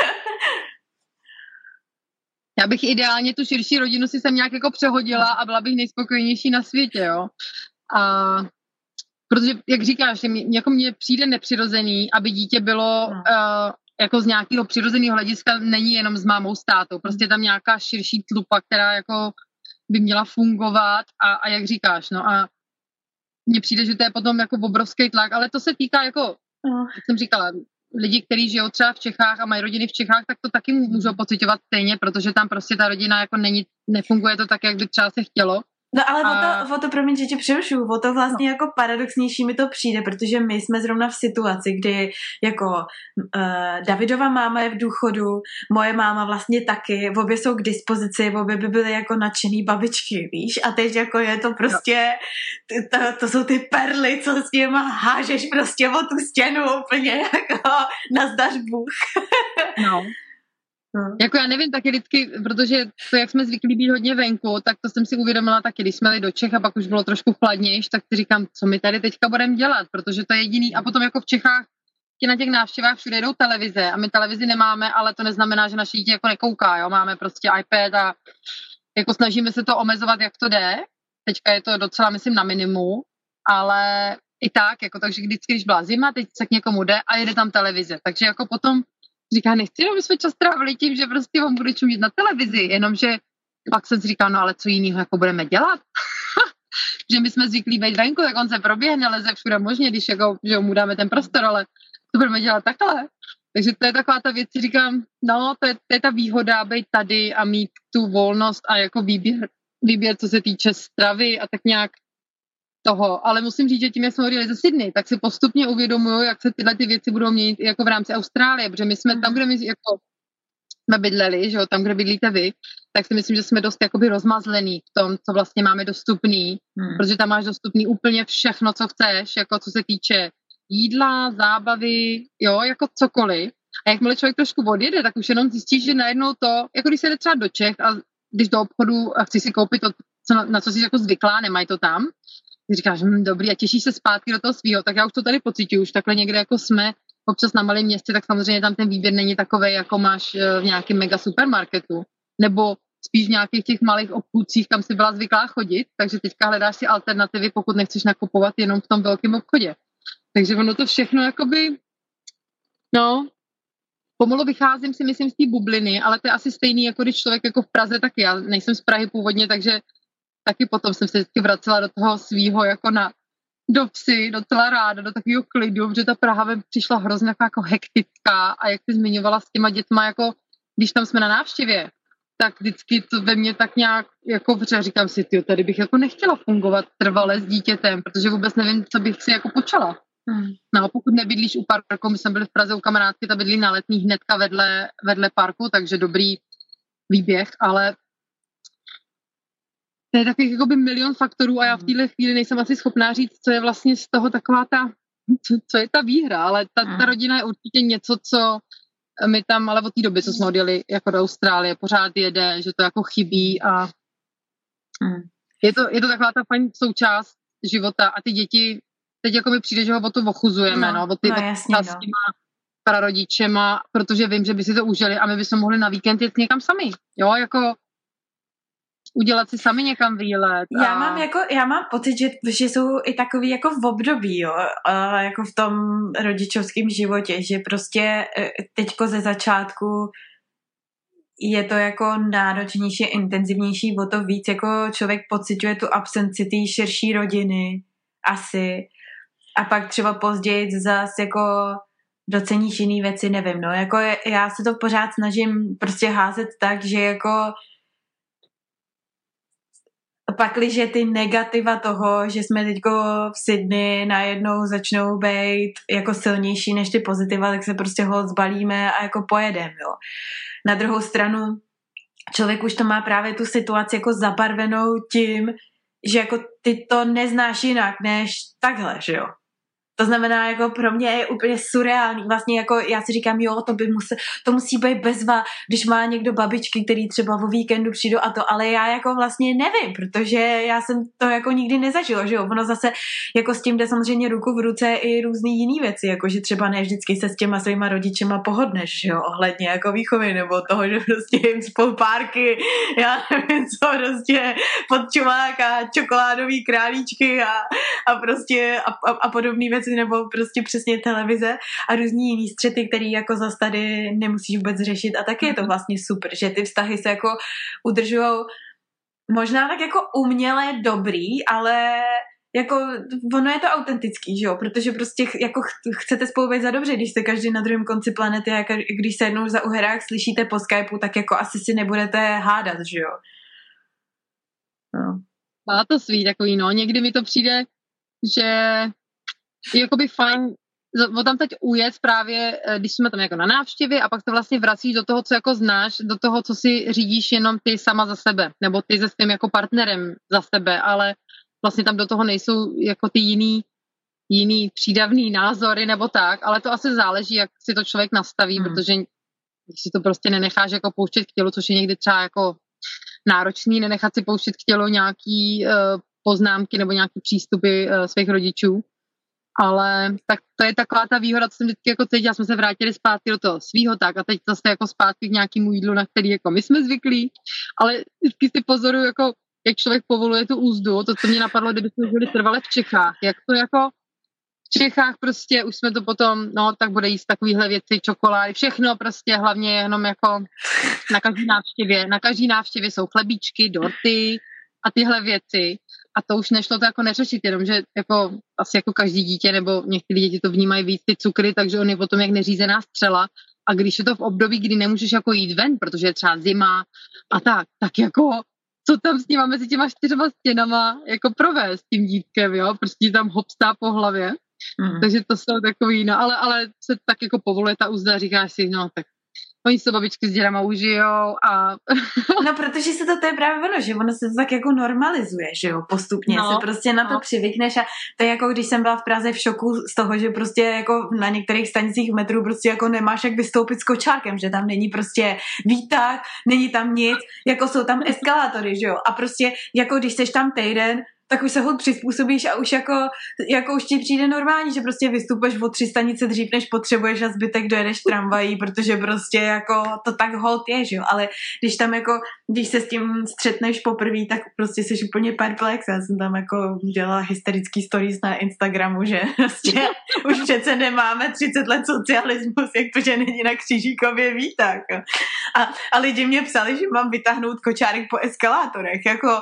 Já bych ideálně tu širší rodinu si sem nějak jako přehodila a byla bych nejspokojenější na světě, jo. A protože, jak říkáš, jako mně přijde nepřirozený, aby dítě bylo jako z nějakého přirozeného hlediska není jenom s mámou s tátou. Prostě tam nějaká širší tlupa, která jako by měla fungovat a jak říkáš, no a mně přijde, že to je potom jako obrovský tlak, ale to se týká jako, jak jsem říkala, lidi, kteří žijou třeba v Čechách a mají rodiny v Čechách, tak to taky můžou pociťovat stejně, protože tam prostě ta rodina jako nefunguje to tak, jak by třeba se chtělo. No ale o to promiň, že tě přerušuju, o to vlastně jako paradoxnější mi to přijde, protože my jsme zrovna v situaci, kdy jako Davidova máma je v důchodu, moje máma vlastně taky, obě jsou k dispozici, obě by byly jako nadšený babičky, víš, a teď jako je to prostě, to jsou ty perly, co s něma hážeš prostě o tu stěnu úplně jako nazdař Bůh. No. Jako já nevím taky vždycky, protože to, jak jsme zvyklí být hodně venku, tak to jsem si uvědomila taky, když jsme jeli do Čech a pak už bylo trošku chladnější, tak si říkám, co my tady teďka budeme dělat, protože to je jediný. A potom jako v Čechách na těch návštěvách všude jdou televize a my televizi nemáme, ale to neznamená, že naše dítě jako nekouká, jo? Máme prostě iPad a jako snažíme se to omezovat, jak to jde. Teďka je to docela, myslím, na minimu, ale i tak, jako takže vždycky, když byla zima, teď se k někomu jde a jede tam televize, takže jako potom říká, nechci, aby jsme čas trávili tím, že prostě on bude čumět na televizi, jenomže pak jsem si říkal, no ale co jiného jako budeme dělat? Že my jsme zvyklí být venku, tak on se proběhne, leze všude možně, když jako, že mu dáme ten prostor, ale to budeme dělat takhle. Takže to je taková ta věc, říkám, no to je ta výhoda být tady a mít tu volnost a jako výběr, co se týče stravy a tak nějak toho, ale musím říct, že tím, jak jsme odjeli ze Sydney, tak si postupně uvědomuju, jak se tyhle ty věci budou měnit jako v rámci Austrálie, protože my jsme tam, kde my jako jsme bydleli, že jo, tam, kde bydlíte vy, tak si myslím, že jsme dost jakoby rozmazlený v tom, co vlastně máme dostupný, protože tam máš dostupný úplně všechno, co chceš, jako co se týče jídla, zábavy, jo, jako cokoliv. A jakmile člověk trošku odjede, tak už jenom zjistíš, že najednou to, jako když se jde třeba do Čech a když do obchodu a chci si koupit to, na co jsi jako zvyklá, nemají to tam, říkáš, dobrý, a těšíš se zpátky do toho svýho, tak já už to tady pocituju, už takhle někde jako jsme občas na malém městě, tak samozřejmě tam ten výběr není takovej, jako máš v nějakém mega supermarketu, nebo spíš v nějakých těch malých obchůdcích, kam si byla zvyklá chodit, takže teďka hledáš si alternativy, pokud nechceš nakupovat jenom v tom velkém obchodě. Takže ono to všechno jakoby, no, pomalu vycházím si, myslím, z té bubliny, ale to je asi stejný, jako když člověk jako v Praze, tak já nejsem z Prahy původně, takže taky potom jsem se vždycky vracela do toho svýho jako do vsi, docela ráda, do takového klidu, protože ta Praha mi přišla hrozně jako hektická a jak jsi zmiňovala s těma dětma, jako když tam jsme na návštěvě, tak vždycky to ve mně tak nějak jako vře, říkám si, tyjo, tady bych jako nechtěla fungovat trvale s dítětem, protože vůbec nevím, co bych si jako počala. No, pokud nebydlíš u parku, my jsme byli v Praze u kamarádky, ta bydlí na Letných hnedka vedle parku, takže dobrý výběh, ale to je takových jakoby milion faktorů a já v téhle chvíli nejsem asi schopná říct, co je vlastně z toho taková co je ta výhra, ale ta rodina je určitě něco, co my tam, ale od té doby, co jsme odjeli jako do Austrálie, pořád jede, že to jako chybí a je to taková ta fajn součást života a ty děti, teď jako mi přijde, že ho o to ochuzujeme, o ty s těma prarodičema, protože vím, že by si to užili a my bychom mohli na víkend jet někam sami, jo, jako udělat si sami někam výlet. Já mám pocit, že jsou i takový jako v období, jo, jako v tom rodičovském životě, že prostě teďko ze začátku je to jako náročnější, intenzivnější, o to víc jako člověk pociťuje tu absenci té širší rodiny asi a pak třeba později zase jako doceníš jiný věci, nevím, no, jako já se to pořád snažím prostě házet tak, že jako pakliže ty negativa toho, že jsme teďko v Sydney najednou začnou být jako silnější než ty pozitiva, tak se prostě ho zbalíme a jako pojedeme, jo. Na druhou stranu člověk už to má právě tu situaci jako zabarvenou tím, že jako ty to neznáš jinak než takhle, že jo. To znamená, jako pro mě je úplně surreální. Vlastně jako já si říkám, jo, to musí být bezva, když má někdo babičky, který třeba o víkendu přijdou a to, ale já jako vlastně nevím, protože já jsem to jako nikdy nezažila, že jo. Ono zase jako s tím jde samozřejmě ruku v ruce i různý jiný věci, jako že třeba ne vždycky se s těma svýma rodičema pohodneš, že jo, ohledně jako výchovy, nebo toho, že prostě jim spolu párky, já nevím co, prostě podčumák a čokoládový králíčky a prostě a podobný věci, nebo prostě přesně televize a různý jiný střety, který jako zas tady nemusíš vůbec řešit a taky je to vlastně super, že ty vztahy se jako udržujou možná tak jako uměle dobrý, ale jako ono je to autentický, že jo, protože prostě jako chcete spolu být za dobře, když jste každý na druhém konci planety a když se jednou za uherách slyšíte po Skypeu, tak jako asi si nebudete hádat, že jo. No. Má to svý takový, no, někdy mi to přijde, že je jakoby fajn tam teď ujet právě, když jsme tam jako na návštěvě a pak se vlastně vracíš do toho, co jako znáš, do toho, co si řídíš jenom ty sama za sebe, nebo ty se svým jako partnerem za sebe, ale vlastně tam do toho nejsou jako ty jiný přídavný názory nebo tak, ale to asi záleží, jak si to člověk nastaví, protože když si to prostě nenecháš jako pouštět k tělu, což je někdy třeba jako náročný, nenechat si pouštět k tělu nějaký poznámky nebo nějaký přístupy svých rodičů. Ale tak to je taková ta výhoda, co jsem vždycky jako teď, já jsme se vrátili zpátky do toho svýho tak a teď zase jako zpátky k nějakému jídlu, na který jako my jsme zvyklí, ale vždycky si pozoruju, jako, jak člověk povoluje tu úzdu, to, co mě napadlo, kdyby jsme byli trvale v Čechách, jak to jako v Čechách prostě už jsme to potom, no tak bude jíst takovýhle věci, čokolády, všechno prostě, hlavně jenom jako na každý návštěvě jsou chlebíčky, dorty a tyhle věci. A to už nešlo to jako neřešit, jenomže jako asi jako každý dítě, nebo některé děti to vnímají víc ty cukry, takže on je potom jak neřízená střela. A když je to v období, kdy nemůžeš jako jít ven, protože je třeba zima a tak jako co tam s nima mezi těma 4 stěnama jako provést tím dítkem, jo, prostě tam hopstá po hlavě. Takže to jsou takový, no ale se tak jako povoluje ta úzda, říkáš si, no tak oni se babičky s dědama užijou a... No, protože se to je právě ono, že ono se to tak jako normalizuje, že jo, postupně se prostě na to přivykneš a to je jako když jsem byla v Praze v šoku z toho, že prostě jako na některých stanicích metru prostě jako nemáš jak vystoupit s kočárkem, že tam není prostě výtah, není tam nic, jako jsou tam eskalátory, že jo, a prostě jako když jsi tam týden, tak už se hod přizpůsobíš a už jako už ti přijde normální, že prostě vystupuješ o 3 stanice dřív, než potřebuješ a zbytek dojedeš tramvají, protože prostě jako to tak hod je, že jo, ale když tam jako, když se s tím střetneš poprvé, tak prostě jsi úplně perplex. Já jsem tam jako dělala hysterický stories na Instagramu, že prostě už přece nemáme 30 let socialismus, jak to, že není na Křížíkově výtah. A lidi mě psali, že mám vytáhnout kočárek po eskalátorech, jako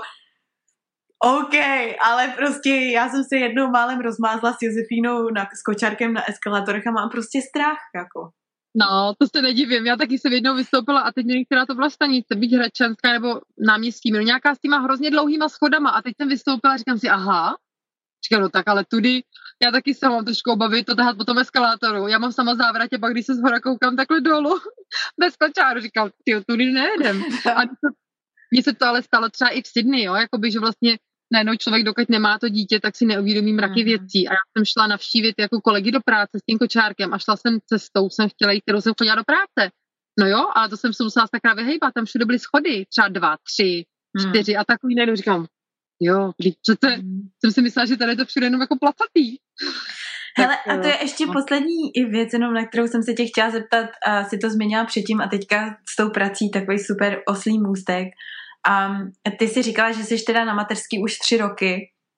OK, ale prostě já jsem se jednou málem rozmázla s Josefínou s kočárkem na eskalátorech a mám prostě strach, jako. No, to se nedivím, já taky jsem jednou vystoupila a teď nevím, která to byla stanice, byť Hradčanská nebo náměstí, nějaká s těma hrozně dlouhýma schodama a teď jsem vystoupila a říkám si, aha, říkám, no tak ale tudy, já taky se mám trošku obavit to tahat po tom eskalátoru, já mám sama závratě, pak když se zhora koukám takhle dolů, bez kočáru, říkám, tyjo, tudy nejedem. A mně se to ale stalo třeba i v Sydney, jo, jakoby, že vlastně najednou člověk, dokud nemá to dítě, tak si neuvědomí mraky věcí. A já jsem šla navštívit jako kolegy do práce s tím kočárkem a šla jsem cestou, jsem chtěla jít, kterou jsem chodila do práce. No jo, ale to jsem se musela sakra vyhejbat, tam všude byly schody, třeba 2, 3, 4 a takový najednou říkám, jo, přece jsem si myslela, že tady je to všude jenom jako placatý. Hele, a to je ještě poslední věc, jenom na kterou jsem se tě chtěla zeptat, a si to zmínila předtím a teďka s tou prací takový super oslý můstek. A ty jsi říkala, že jsi teda na mateřský už 3 roky.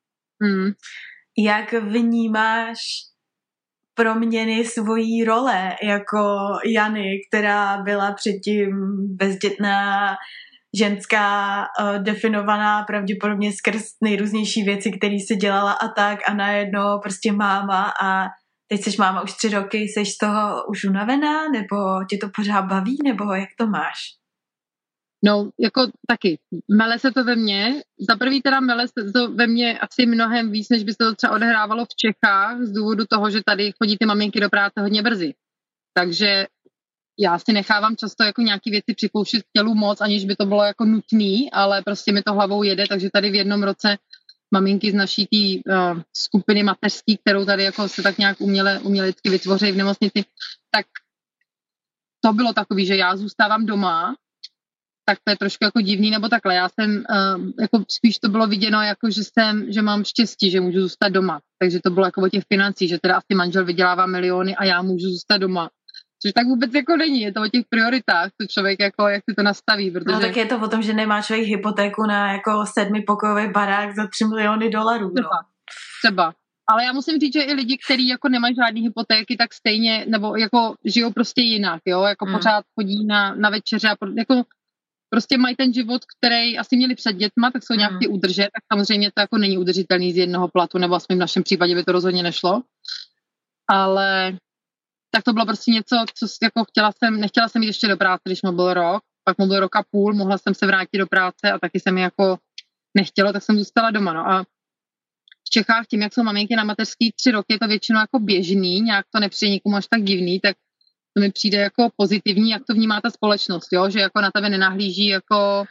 Jak vnímáš proměny svojí role jako Jany, která byla předtím bezdětná ženská, definovaná pravděpodobně skrz nejrůznější věci, které si dělala a tak a najednou prostě máma a teď jsi máma už 3 roky, jsi z toho už unavená nebo tě to pořád baví nebo jak to máš? No, jako taky. Mele se to ve mně. Za prvý teda mele se to ve mně asi mnohem víc, než by se to třeba odehrávalo v Čechách z důvodu toho, že tady chodí ty maminky do práce hodně brzy. Takže já si nechávám často jako nějaký věci připouštět k tělu moc, aniž by to bylo jako nutný, ale prostě mi to hlavou jede, takže tady v jednom roce maminky z naší té skupiny mateřský, kterou tady jako se tak nějak umělecky vytvoří v nemocnici, tak to bylo takový, že já zůstávám doma, tak to je trošku jako divný, nebo takhle. Já jsem, jako spíš to bylo viděno, jako že mám štěstí, že můžu zůstat doma. Takže to bylo jako o těch financí, že teda asi manžel vydělává miliony a já můžu zůstat doma. Což tak vůbec jako není, je to o těch prioritách, to člověk jako, jak si to nastaví. Protože... No tak je to o tom, že nemá člověk hypotéku na jako 7pokojový barák za $3 miliony. No. Třeba. Ale já musím říct, že i lidi, kteří jako nemají žádný hypotéky, tak stejně, nebo jako žijou prostě jinak, jo, jako pořád chodí na večeře a jako prostě mají ten život, který asi měli před dětma, tak se ho nějak udržet, tak samozřejmě to jako není udržitelný z jednoho platu, nebo aspoň v našem případě by to rozhodně nešlo. Ale tak to bylo prostě něco, co jako nechtěla jsem jít ještě do práce, když mu byl rok, pak mu byl rok a půl, mohla jsem se vrátit do práce a taky se mi jako nechtělo, tak jsem zůstala doma, no a v Čechách tím, jak jsou maminky na mateřský 3 roky, je to většinou jako běžný, nějak to nepřijde nikomu až tak divný, tak to mi přijde jako pozitivní, jak to vnímá ta společnost, jo? Že jako na tebe nenahlíží jako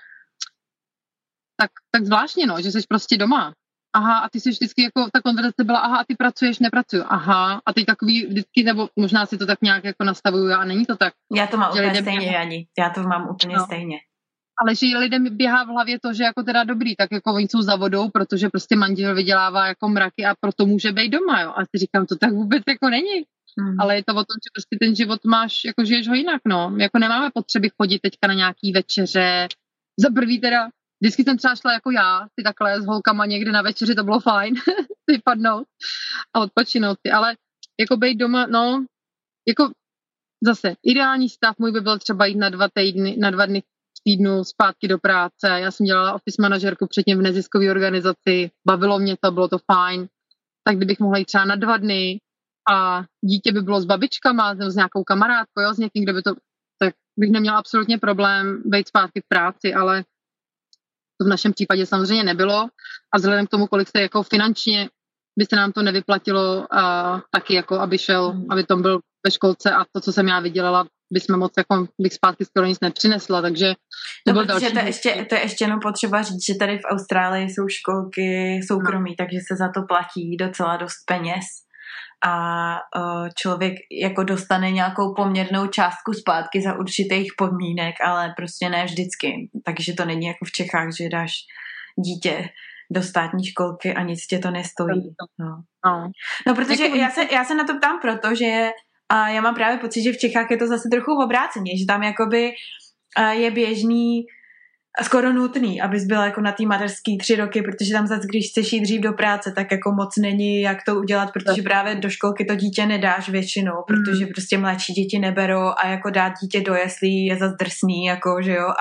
tak zvláštně, no, že jsi prostě doma. Aha, a ty jsi vždycky jako, ta konverzace byla, aha, a ty pracuješ, nepracuju, aha, a ty takový vždycky, nebo možná si to tak nějak jako nastavuju a není to tak. Já to mám úplně stejně, Jani, já to mám úplně stejně. Ale že lidem běhá v hlavě to, že jako teda dobrý, tak jako oni jsou za vodou, protože prostě manžel vydělává jako mraky a proto může být doma, jo. A si říkám, to tak vůbec jako není. Ale je to o tom, že prostě ten život máš, jako žiješ ho jinak, no. Jako nemáme potřeby chodit teďka na nějaký večeře. Za prvý teda, vždycky jsem třeba šla jako já, ty takhle s holkama někde na večeři, to bylo fajn, vypadnout a odpočinout si. Ale jako být doma, no, jako zase ideální stav můj by byl třeba jít na 2 dny týdnu zpátky do práce. Já jsem dělala office manažerku předtím v neziskové organizaci, bavilo mě to, bylo to fajn. Tak kdybych mohla jít třeba na 2 dny a dítě by bylo s babičkama, nebo s nějakou kamarádkou, jo, s někým, kdo by to, tak bych neměla absolutně problém být zpátky v práci, ale to v našem případě samozřejmě nebylo a vzhledem k tomu, kolik se jako finančně by se nám to nevyplatilo taky jako, aby Tom byl ve školce a to, co jsem já vydělala, bychom moc jako, bych zpátky skoro nic nepřinesla, takže to byl další. To je ještě jenom potřeba říct, že tady v Austrálii jsou školky soukromí, takže se za to platí docela dost peněz a člověk jako dostane nějakou poměrnou částku zpátky za určitých podmínek, ale prostě ne vždycky, takže to není jako v Čechách, že dáš dítě do státní školky a nic tě to nestojí. No protože já se na to ptám, protože a já mám právě pocit, že v Čechách je to zase trochu obráceně, že tam jakoby je běžný a skoro nutný, abys byla jako na té mateřský 3 roky, protože tam zase, když chceš jít dřív do práce, tak jako moc není, jak to udělat, protože právě do školky to dítě nedáš většinou, protože prostě mladší děti neberou a jako dát dítě do jeslí je zase drsný, jako, že jo,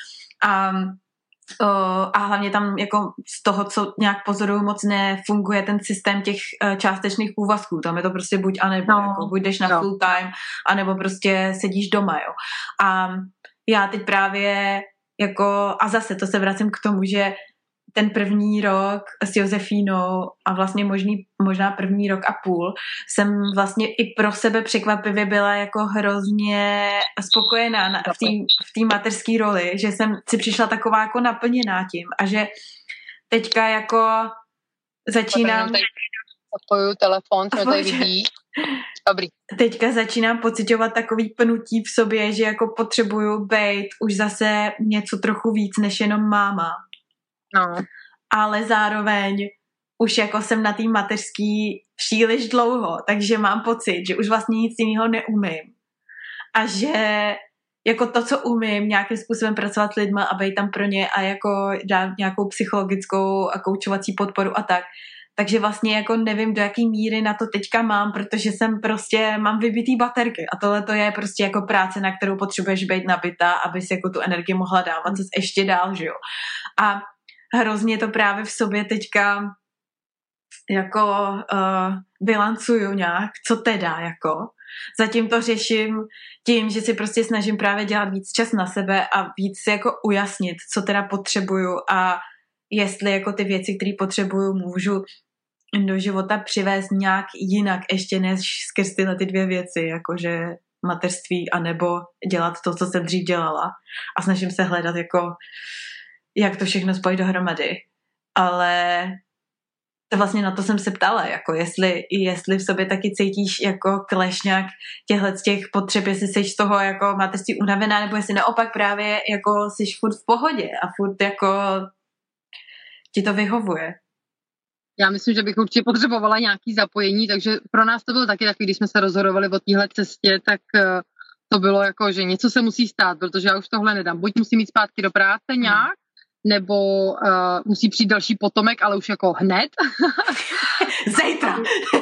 a hlavně tam jako z toho, co nějak pozoruju, moc nefunguje ten systém těch částečných úvazků. Tam je to prostě buď a nebo, jako buď jdeš na full time, anebo prostě sedíš doma, jo. A já teď právě jako, a zase to se vracím k tomu, že ten první rok s Josefínou a vlastně možná první rok a půl jsem vlastně i pro sebe překvapivě byla jako hrozně spokojená v té mateřské roli, že jsem si přišla taková jako naplněná tím a že teďka jako začínám... Zapojuju telefon, co tady vidí. Dobrý. Teďka začínám pociťovat takový pnutí v sobě, že jako potřebuju být už zase něco trochu víc než jenom máma. No. Ale zároveň už jako jsem na té mateřský příliš dlouho, takže mám pocit, že už vlastně nic jiného neumím. A že jako to, co umím, nějakým způsobem pracovat s lidma a být tam pro ně a jako dát nějakou psychologickou a koučovací podporu a tak. Takže vlastně jako nevím, do jaký míry na to teďka mám, protože mám vybitý baterky a tohle to je prostě jako práce, na kterou potřebuješ být nabitá, abys jako tu energii mohla dávat zase ještě dál, že jo. A hrozně to právě v sobě teďka jako bilancuju nějak, co teda jako. Zatím to řeším tím, že si prostě snažím právě dělat víc čas na sebe a víc si jako ujasnit, co teda potřebuju a jestli jako ty věci, které potřebuju, můžu do života přivést nějak jinak ještě než skrz tyhle ty 2 věci, jakože mateřství anebo dělat to, co jsem dřív dělala a snažím se hledat jako jak to všechno spojit dohromady. Ale to vlastně na to jsem se ptala, jako jestli v sobě taky cítíš jako klešňák těch potřeb, jestli jsi z toho jako mateřství unavená, nebo jestli naopak právě jako jsi furt v pohodě a furt jako ti to vyhovuje. Já myslím, že bych určitě potřebovala nějaký zapojení, takže pro nás to bylo taky takový, když jsme se rozhodovali o téhle cestě, tak to bylo jako, že něco se musí stát, protože já už tohle nedám. Buď musím jít zpátky do práce nějak, nebo musí přijít další potomek, ale už jako hned. Zítra!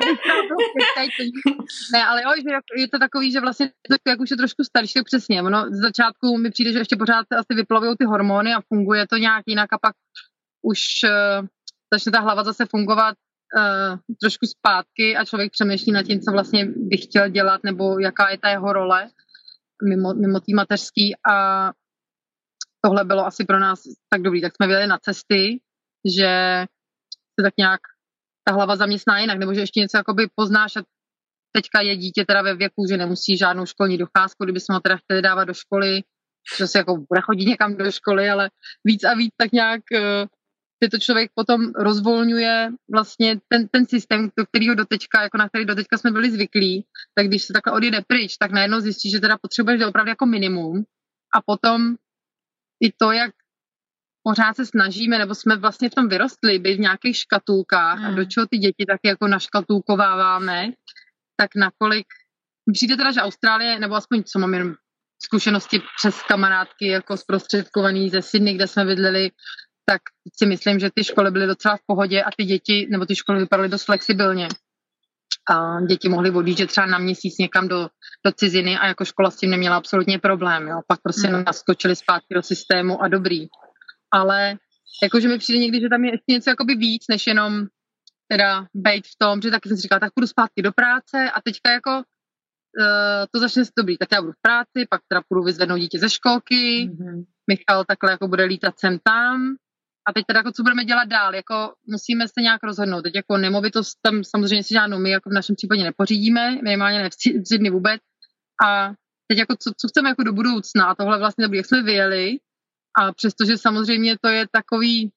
Ne, ale jo, že je to takový, že vlastně jak už je trošku starší, tak přesně. Ono z začátku mi přijde, že ještě pořád se asi vyplavují ty hormony a funguje to nějak jinak a pak už začne ta hlava zase fungovat trošku zpátky a člověk přemýšlí nad tím, co vlastně by chtěl dělat nebo jaká je ta jeho role mimo tý mateřský a tohle bylo asi pro nás tak dobrý. Tak jsme vyjeli na cesty, že se tak nějak ta hlava zaměstná jinak, nebo že ještě něco jakoby poznáš a teďka je dítě teda ve věku, že nemusí žádnou školní docházku, kdyby jsme ho teda chtěli dávat do školy, že se jako bude chodit někam do školy, ale víc a víc tak nějak že to člověk potom rozvolňuje vlastně ten systém, na který doteďka jsme byli zvyklí, tak když se takhle odjede pryč, tak najednou zjistí, že teda potřebuješ opravdu jako minimum a potom i to, jak pořád se snažíme, nebo jsme vlastně v tom vyrostli, být v nějakých škatulkách a do čeho ty děti taky jako naškatulkováváme, tak nakolik přijde teda, že Austrálie, nebo aspoň co mám jenom zkušenosti přes kamarádky jako zprostředkovaný ze Sydney, kde jsme bydleli, tak si myslím, že ty školy byly docela v pohodě a ty děti, nebo ty školy vypadaly dost flexibilně. A děti mohly odjíždět třeba na měsíc někam do ciziny a jako škola s tím neměla absolutně problém. Jo. Pak prostě naskočili zpátky do systému a dobrý. Ale jakože mi přijde někdy, že tam je ještě něco jakoby víc, než jenom teda bejt v tom, že taky jsem si říkala, tak půjdu zpátky do práce a teďka jako to začne dobrý, tak já budu v práci, pak teda půjdu vyzvednout dítě ze školky, Michal takhle jako bude lítat sem tam a teď teda jako co budeme dělat dál, jako musíme se nějak rozhodnout, teď jako nemovitost tam samozřejmě si žádnou my jako v našem případě nepořídíme, minimálně ne v Sydney vůbec a teď jako co chceme jako do budoucna a tohle vlastně dobrý, jak jsme vyjeli a přestože samozřejmě to je takový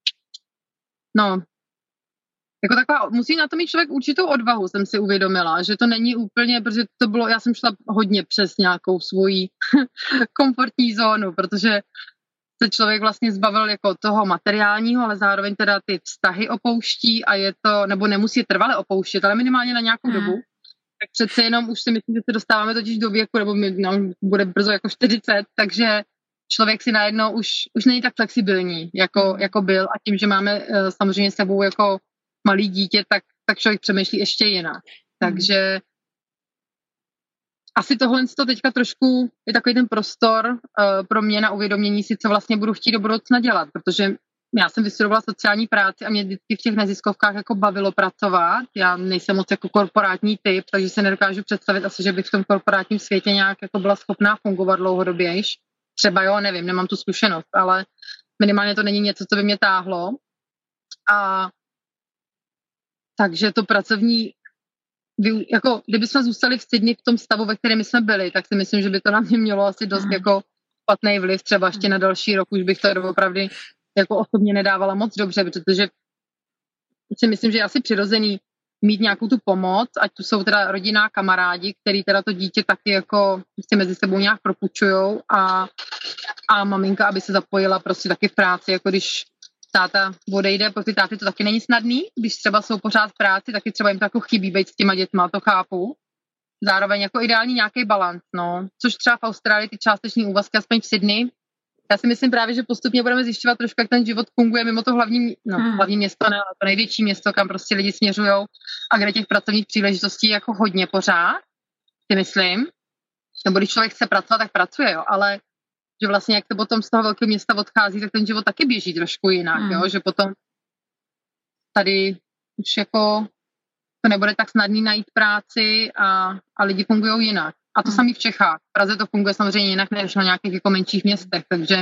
jako taková, musí na to mít člověk určitou odvahu, jsem si uvědomila, že to není úplně, protože to bylo, já jsem šla hodně přes nějakou svoji komfortní zónu, protože se člověk vlastně zbavil jako toho materiálního, ale zároveň teda ty vztahy opouští a je to, nebo nemusí trvale opouštět, ale minimálně na nějakou dobu. Tak přece jenom už si myslím, že se dostáváme totiž do věku, nebo bude brzo jako 40, takže člověk si najednou už není tak flexibilní, jako byl a tím, že máme samozřejmě s sebou jako malý dítě, tak člověk přemýšlí ještě jinak. Takže asi tohle to teďka trošku je takový ten prostor pro mě na uvědomění si, co vlastně budu chtít do budoucna dělat, protože já jsem vystudovala sociální práci a mě vždycky v těch neziskovkách jako bavilo pracovat. Já nejsem moc jako korporátní typ, takže se nedokážu představit asi, že bych v tom korporátním světě nějak jako byla schopná fungovat dlouhodobějš. Třeba jo, nevím, nemám tu zkušenost, ale minimálně to není něco, co by mě táhlo. A takže to pracovní, jako kdybychom zůstali v Sydney v tom stavu, ve kterém jsme byli, tak si myslím, že by to na mě mělo asi dost jako špatný vliv, třeba ještě na další rok, už bych to opravdu jako osobně nedávala moc dobře, protože si myslím, že je asi přirozený mít nějakou tu pomoc, ať tu jsou teda rodina, kamarádi, který teda to dítě taky jako si mezi sebou nějak propučujou a maminka, aby se zapojila prostě taky v práci, jako když táta odejde, pro ty táty to taky není snadný, když třeba jsou pořád v práci, taky třeba jim to jako chybí být s těma dětma, to chápu. Zároveň jako ideální nějaký balans, což třeba v Austrálii ty částeční úvazky, aspoň v Sydney, já si myslím právě, že postupně budeme zjišťovat trošku, jak ten život funguje mimo to hlavní město, ne, ale to největší město, kam prostě lidi směřujou a kde těch pracovních příležitostí je jako hodně pořád, si myslím. Nebo když člověk chce pracovat, tak pracuje, jo, ale že vlastně jak to potom z toho velkého města odchází, tak ten život taky běží trošku jinak, jo, že potom tady už jako to nebude tak snadný najít práci a lidi fungují jinak. A to samý v Čechách. V Praze to funguje samozřejmě jinak než na nějakých jako menších městech, takže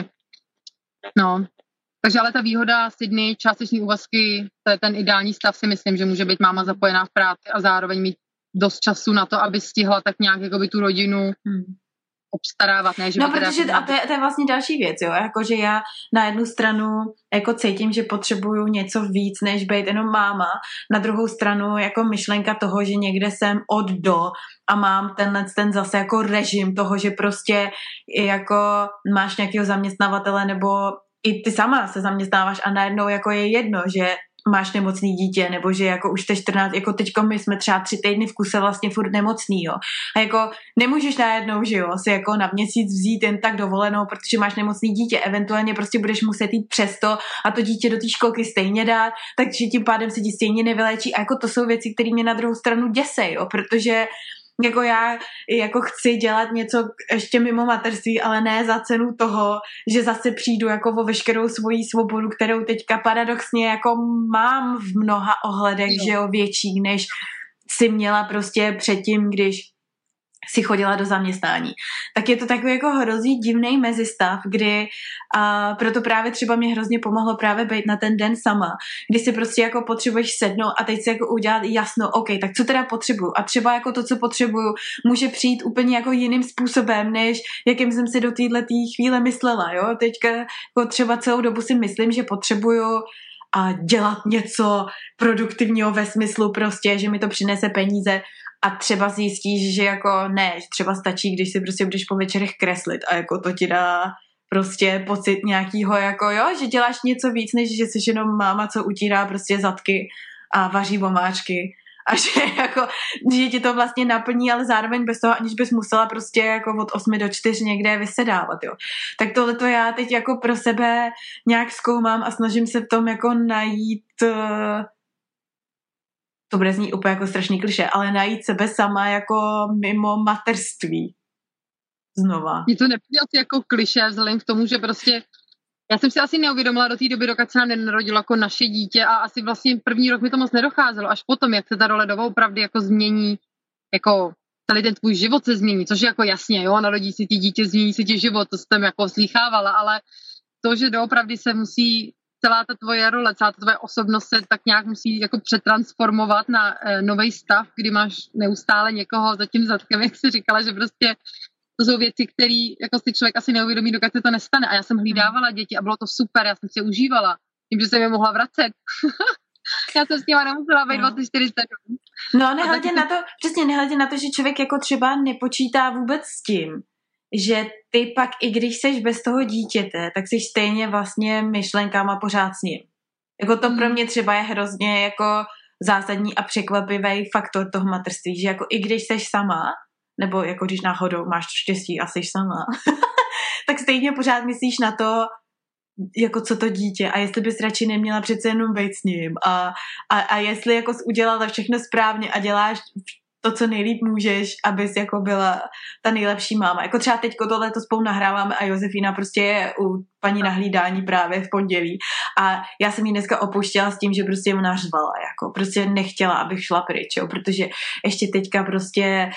takže ale ta výhoda Sydney, částeční úvazky, to je ten ideální stav, si myslím, že může být máma zapojená v práci a zároveň mít dost času na to, aby stihla tak nějak jakoby tu rodinu obstarávat, ne? Že protože a to je vlastně další věc, jo, jakože já na jednu stranu jako cítím, že potřebuju něco víc, než být jenom máma, na druhou stranu jako myšlenka toho, že někde jsem od do a mám ten zase jako režim toho, že prostě jako máš nějakého zaměstnavatele nebo i ty sama se zaměstnáváš a najednou jako je jedno, že máš nemocný dítě, nebo že jako už jste 14, jako teďko my jsme třeba 3 týdny v kuse vlastně furt nemocný, jo. A jako nemůžeš najednou, že jo, si jako na měsíc vzít jen tak dovolenou, protože máš nemocný dítě, eventuálně prostě budeš muset jít přesto a to dítě do té školky stejně dát, takže tím pádem se ti stejně nevyléčí. A jako to jsou věci, které mě na druhou stranu děsej, jo, protože jako já jako chci dělat něco ještě mimo mateřství, ale ne za cenu toho, že zase přijdu jako o veškerou svoji svobodu, kterou teďka paradoxně jako mám v mnoha ohledech, že jo, větší, než si měla prostě předtím, když si chodila do zaměstnání. Tak je to takový jako hrozně divný mezistav, kdy proto právě třeba mě hrozně pomohlo právě být na ten den sama, kdy si prostě jako potřebuješ sednout a teď si jako udělat jasno, OK, tak co teda potřebuju? A třeba jako to, co potřebuju, může přijít úplně jako jiným způsobem, než jakým jsem si do této chvíle myslela, jo? Teďka jako třeba celou dobu si myslím, že potřebuju a dělat něco produktivního ve smyslu prostě, že mi to přinese peníze a třeba zjistíš, že jako ne, že třeba stačí, když si prostě budeš po večerech kreslit a jako to ti dá prostě pocit nějakýho jako jo, že děláš něco víc, než že jsi jenom máma, co utírá prostě zadky a vaří omáčky a že jako, že ti to vlastně naplní, ale zároveň bez toho, aniž bys musela prostě jako od 8 do 4 někde vysedávat, jo. Tak tohleto já teď jako pro sebe nějak zkoumám a snažím se v tom jako najít to bude znít úplně jako strašný klišé, ale najít sebe sama jako mimo mateřství. Znova. Je to nepřijde asi jako klišé vzhledem k tomu, že prostě já jsem si asi neuvědomila do té doby, dokud se nám nenarodilo jako naše dítě a asi vlastně první rok mi to moc nedocházelo, až potom, jak se ta role doopravdy jako změní, jako celý ten tvůj život se změní, což je jako jasně, jo, narodí si ti dítě, změní si ti život, to jsem jako slýchávala, ale to, že doopravdy se musí celá ta tvoje role, celá ta tvoje osobnost se tak nějak musí jako přetransformovat na nový stav, kdy máš neustále někoho za tím zadkem, jak jsi říkala, že prostě to jsou věci, které jako si člověk asi neuvědomí, dokud se to nestane. A já jsem hlídávala děti a bylo to super, já jsem si je užívala, tím, že jsem je mohla vracet. Já jsem s nima nemusela být 24/7. No, nehledě na to, že člověk jako třeba nepočítá vůbec s tím, že ty pak, i když seš bez toho dítěte, tak jsi stejně vlastně myšlenkama pořád s ním. Jako to pro mě třeba je hrozně jako zásadní a překvapivý faktor toho mateřství, že jako i když seš sama, nebo jako když náhodou máš štěstí a seš sama, tak stejně pořád myslíš na to, jako co to dítě a jestli bys radši neměla přece jenom být s ním a jestli jako jsi udělala všechno správně a děláš to, co nejlíp můžeš, abys jako byla ta nejlepší máma. Jako třeba teďko tohleto spolu nahráváme a Josefína prostě je u paní na hlídání právě v pondělí a já jsem jí dneska opouštěla s tím, že prostě ona řvala, jako prostě nechtěla, abych šla pryč, jo, protože ještě teďka prostě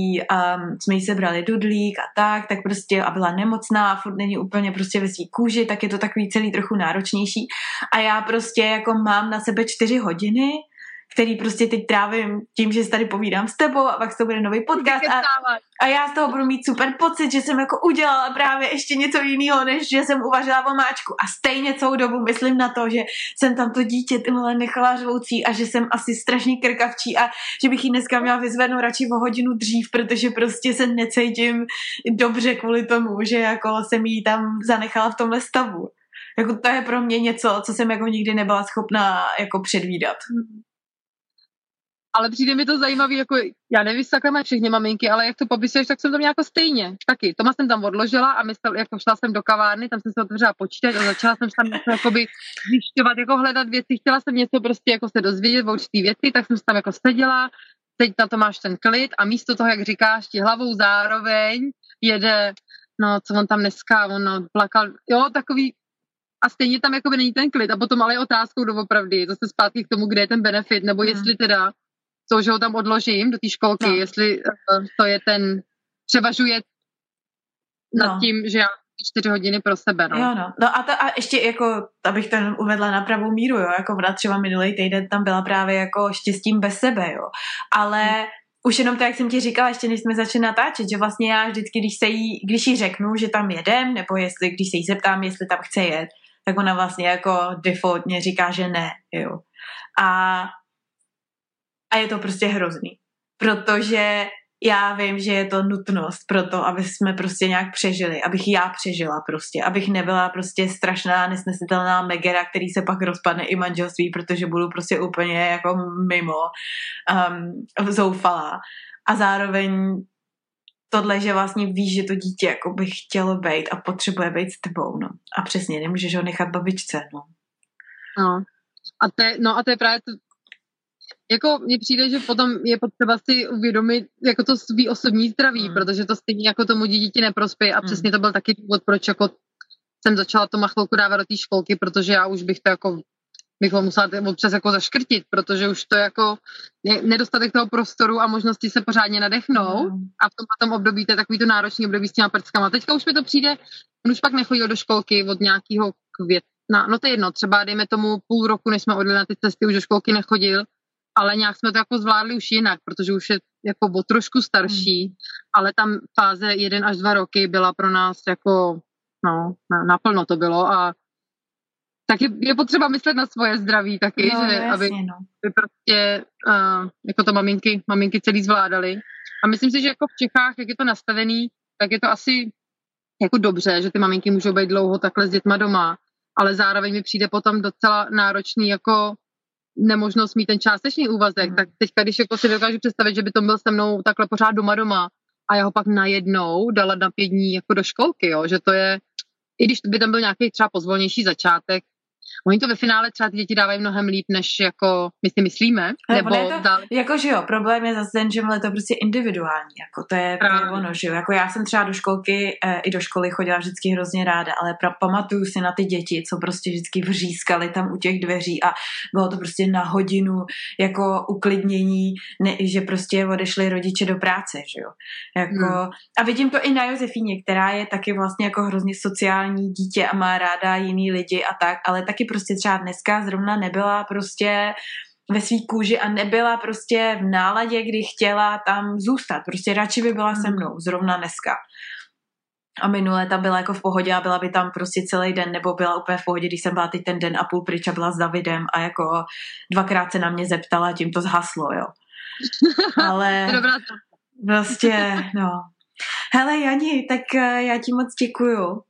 jsme jí sebrali dudlík a tak prostě a byla nemocná a furt není úplně prostě ve svý kůži, tak je to takový celý trochu náročnější a já prostě jako mám na sebe 4 hodiny, který prostě teď trávím tím, že si tady povídám s tebou a pak to bude nový podcast a já z toho budu mít super pocit, že jsem jako udělala právě ještě něco jiného, než že jsem uvařila omáčku a stejně celou dobu myslím na to, že jsem tam to dítě tyhle nechala řvoucí a že jsem asi strašný krkavčí a že bych ji dneska měla vyzvednout radši o hodinu dřív, protože prostě se necítím dobře kvůli tomu, že jako jsem jí tam zanechala v tomhle stavu. Jako to je pro mě něco, co jsem jako nikdy nebyla schopná jako předvídat. Ale přijde mi to zajímavé, jako já nevím, jestli takhle mají všechny maminky, ale jak to popisuješ, tak jsem to měla jako stejně. Taky. Toma jsem tam odložila a jako šla jsem do kavárny, tam jsem se otevřela počítač a začala jsem tam něco jakoby zjišťovat, jako hledat věci. Chtěla jsem něco prostě jako se dozvědět o určitý věci, tak jsem se tam jako seděla. Teď na to máš ten klid a místo toho, jak říkáš, ti hlavou zároveň jede, no co on tam dneska, on plakal, jo, takový. A stejně tam jakoby není ten klid a potom ale je otázkou doopravdy, zase zpátky k tomu, kde je ten benefit, nebo jestli teda to, že ho tam odložím do té školky, jestli to je ten, převažuje nad tím, že já 4 hodiny pro sebe, no. Jo, no. No a ještě jako, abych to uvedla na pravou míru, jo, jako ona třeba minulý týden tam byla právě jako štěstím bez sebe, jo. Ale už jenom to, jak jsem ti říkala, ještě než jsme začali natáčet, že vlastně já vždycky, když jí řeknu, že tam jedem, nebo když se jí zeptám, jestli tam chce jet, tak ona vlastně jako defaultně říká, že ne, jo. A je to prostě hrozný, protože já vím, že je to nutnost pro to, aby jsme prostě nějak přežili, abych já přežila prostě, abych nebyla prostě strašná, nesnesitelná megera, který se pak rozpadne i manželství, protože budu prostě úplně jako mimo, zoufalá. A zároveň tohle, že vlastně víš, že to dítě jako by chtělo být a potřebuje být s tebou, no. A přesně, nemůžeš ho nechat babičce, no. A to je právě to, jako mně přijde, že potom je potřeba si uvědomit jako to svý osobní zdraví, protože to stejně jako tomu dítěti neprospěje a přesně to byl taky důvod, proč jako jsem začala to chvilku dávat do té školky, protože já už bych to jako bych ho musela občas jako zaškrtit, protože už to jako je nedostatek toho prostoru a možnosti se pořádně nadechnout a v tom období to je takový to náročný období s těma prckama. Teďka už mi to přijde, on už pak nechodil do školky od nějakého května, no to je jedno, třeba dejme tomu půl roku, než jsme odjeli na ty cesty, už do školky nechodil, ale nějak jsme to jako zvládli už jinak, protože už je jako o trošku starší, ale tam fáze 1 až 2 roky byla pro nás jako, no, naplno to bylo a tak je potřeba myslet na svoje zdraví taky, no, že jasně, aby prostě jako to maminky celý zvládaly. A myslím si, že jako v Čechách, jak je to nastavený, tak je to asi jako dobře, že ty maminky můžou být dlouho takhle s dětma doma, ale zároveň mi přijde potom docela náročný jako nemožnost mít ten částečný úvazek. Tak teďka, když jako si dokážu představit, že by to byl se mnou takhle pořád doma a já ho pak najednou dala na 5 dní jako do školky, jo, že to je, i když by tam byl nějaký třeba pozvolnější začátek, oni to ve finále třeba ty děti dávají mnohem líp, než jako my si myslíme. Nebo jako, že jo, problém je zase ten, že je to prostě individuální, jako to je ono, že jo, jako já jsem třeba do školky i do školy chodila vždycky hrozně ráda, ale pamatuju si na ty děti, co prostě vždycky vřískali tam u těch dveří a bylo to prostě na hodinu jako uklidnění, že prostě odešli rodiče do práce, že jo, jako a vidím to i na Josefíně, která je taky vlastně jako hrozně sociální dítě a má ráda jiný lidi a tak, ale taky prostě třeba dneska zrovna nebyla prostě ve svý kůži a nebyla prostě v náladě, kdy chtěla tam zůstat. Prostě radši by byla se mnou, zrovna dneska. A minule ta byla jako v pohodě a byla by tam prostě celý den, nebo byla úplně v pohodě, když jsem byla teď ten den a půl pryč a byla s Davidem a jako 2krát se na mě zeptala a tím to zhaslo, jo. Ale prostě, no. Hele Jani, tak já ti moc děkuju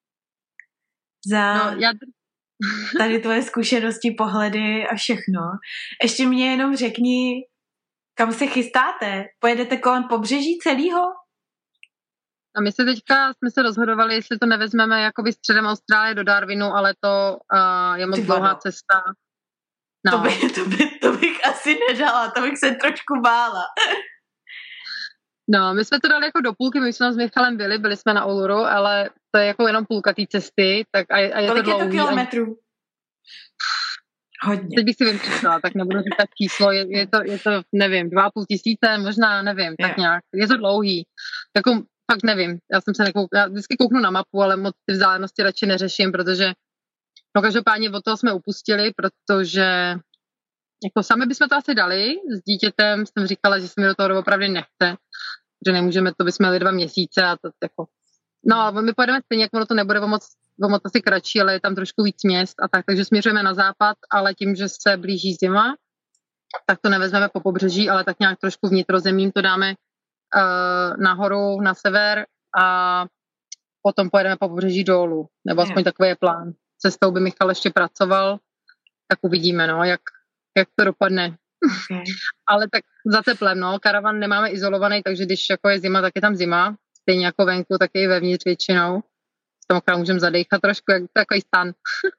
za tady tvoje zkušenosti, pohledy a všechno. Ještě mě jenom řekni, kam se chystáte? Pojedete kolem pobřeží celýho? A my jsme se rozhodovali, jestli to nevezmeme jakoby středem Austrálie do Darwinu, ale to je moc dlouhá cesta. No. To bych asi nedala, to bych se trošku bála. No, my jsme to dali jako do půlky, my jsme s Michalem byli jsme na Uluru, ale to je jako jenom půlka té cesty, tak a je kolik to dlouhý. Kolik je to kilometrů? Hodně. Teď bych si vymyslela, tak nebudu říkat číslo, je to, nevím, 2,5 tisíce, možná, nevím, tak nějak. Je to dlouhý. Jako, fakt nevím, já vždycky kouknu na mapu, ale moc ty vzdálenosti radši neřeším, protože, no každopádně od toho jsme upustili, protože jako sami bychom to asi dali, s dítětem jsem říkala, že se mi do toho opravdu nechce, že nemůžeme, to bychom jeli 2 měsíce a to jako, no ale my pojedeme stejně, jak ono to nebude o moc asi kratší, ale je tam trošku víc měst a tak, takže směřujeme na západ, ale tím, že se blíží zima, tak to nevezmeme po pobřeží, ale tak nějak trošku vnitrozemím to dáme nahoru, na sever a potom pojedeme po pobřeží dolů, nebo aspoň takový je plán. Cestou by Michal ještě pracoval, tak uvidíme, no, jak to dopadne. Okay. Ale tak za teplem, no, karavan nemáme izolovaný, takže když jako je zima, tak je tam zima, stejně jako venku, tak je i vevnitř většinou. S tom můžeme zadejchat trošku, jak takový stan.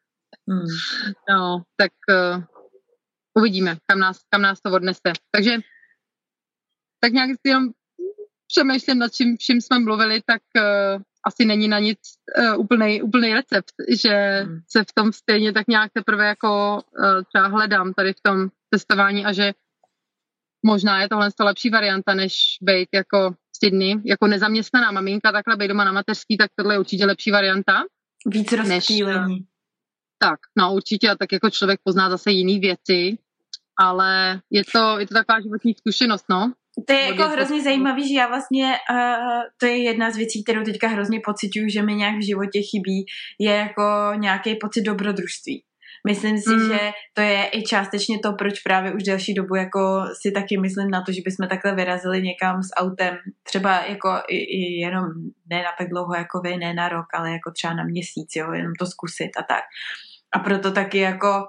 No, tak uvidíme, kam nás to odnese. Takže tak nějak si jenom přemýšlím nad čím jsme mluvili, tak asi není na nic úplnej recept, že se v tom stejně tak nějak teprve jako třeba hledám tady v tom testování a že možná je tohle lepší varianta, než být jako Sydney, jako nezaměstnaná maminka, takhle být doma na mateřský, tak tohle je určitě lepší varianta. Víc rozptýlení. Tak, no určitě, a tak jako člověk pozná zase jiný věci, ale je to taková životní zkušenost, no. To je jako hrozně zajímavý, že já vlastně, to je jedna z věcí, kterou teďka hrozně pociťuju, že mi nějak v životě chybí, je jako nějaký pocit dobrodružství. Myslím si, že to je i částečně to, proč právě už delší dobu jako si taky myslím na to, že bychom takhle vyrazili někam s autem, třeba jako i jenom ne na tak dlouho jako vy, ne na rok, ale jako třeba na měsíc, jo, jenom to zkusit a tak. A proto taky jako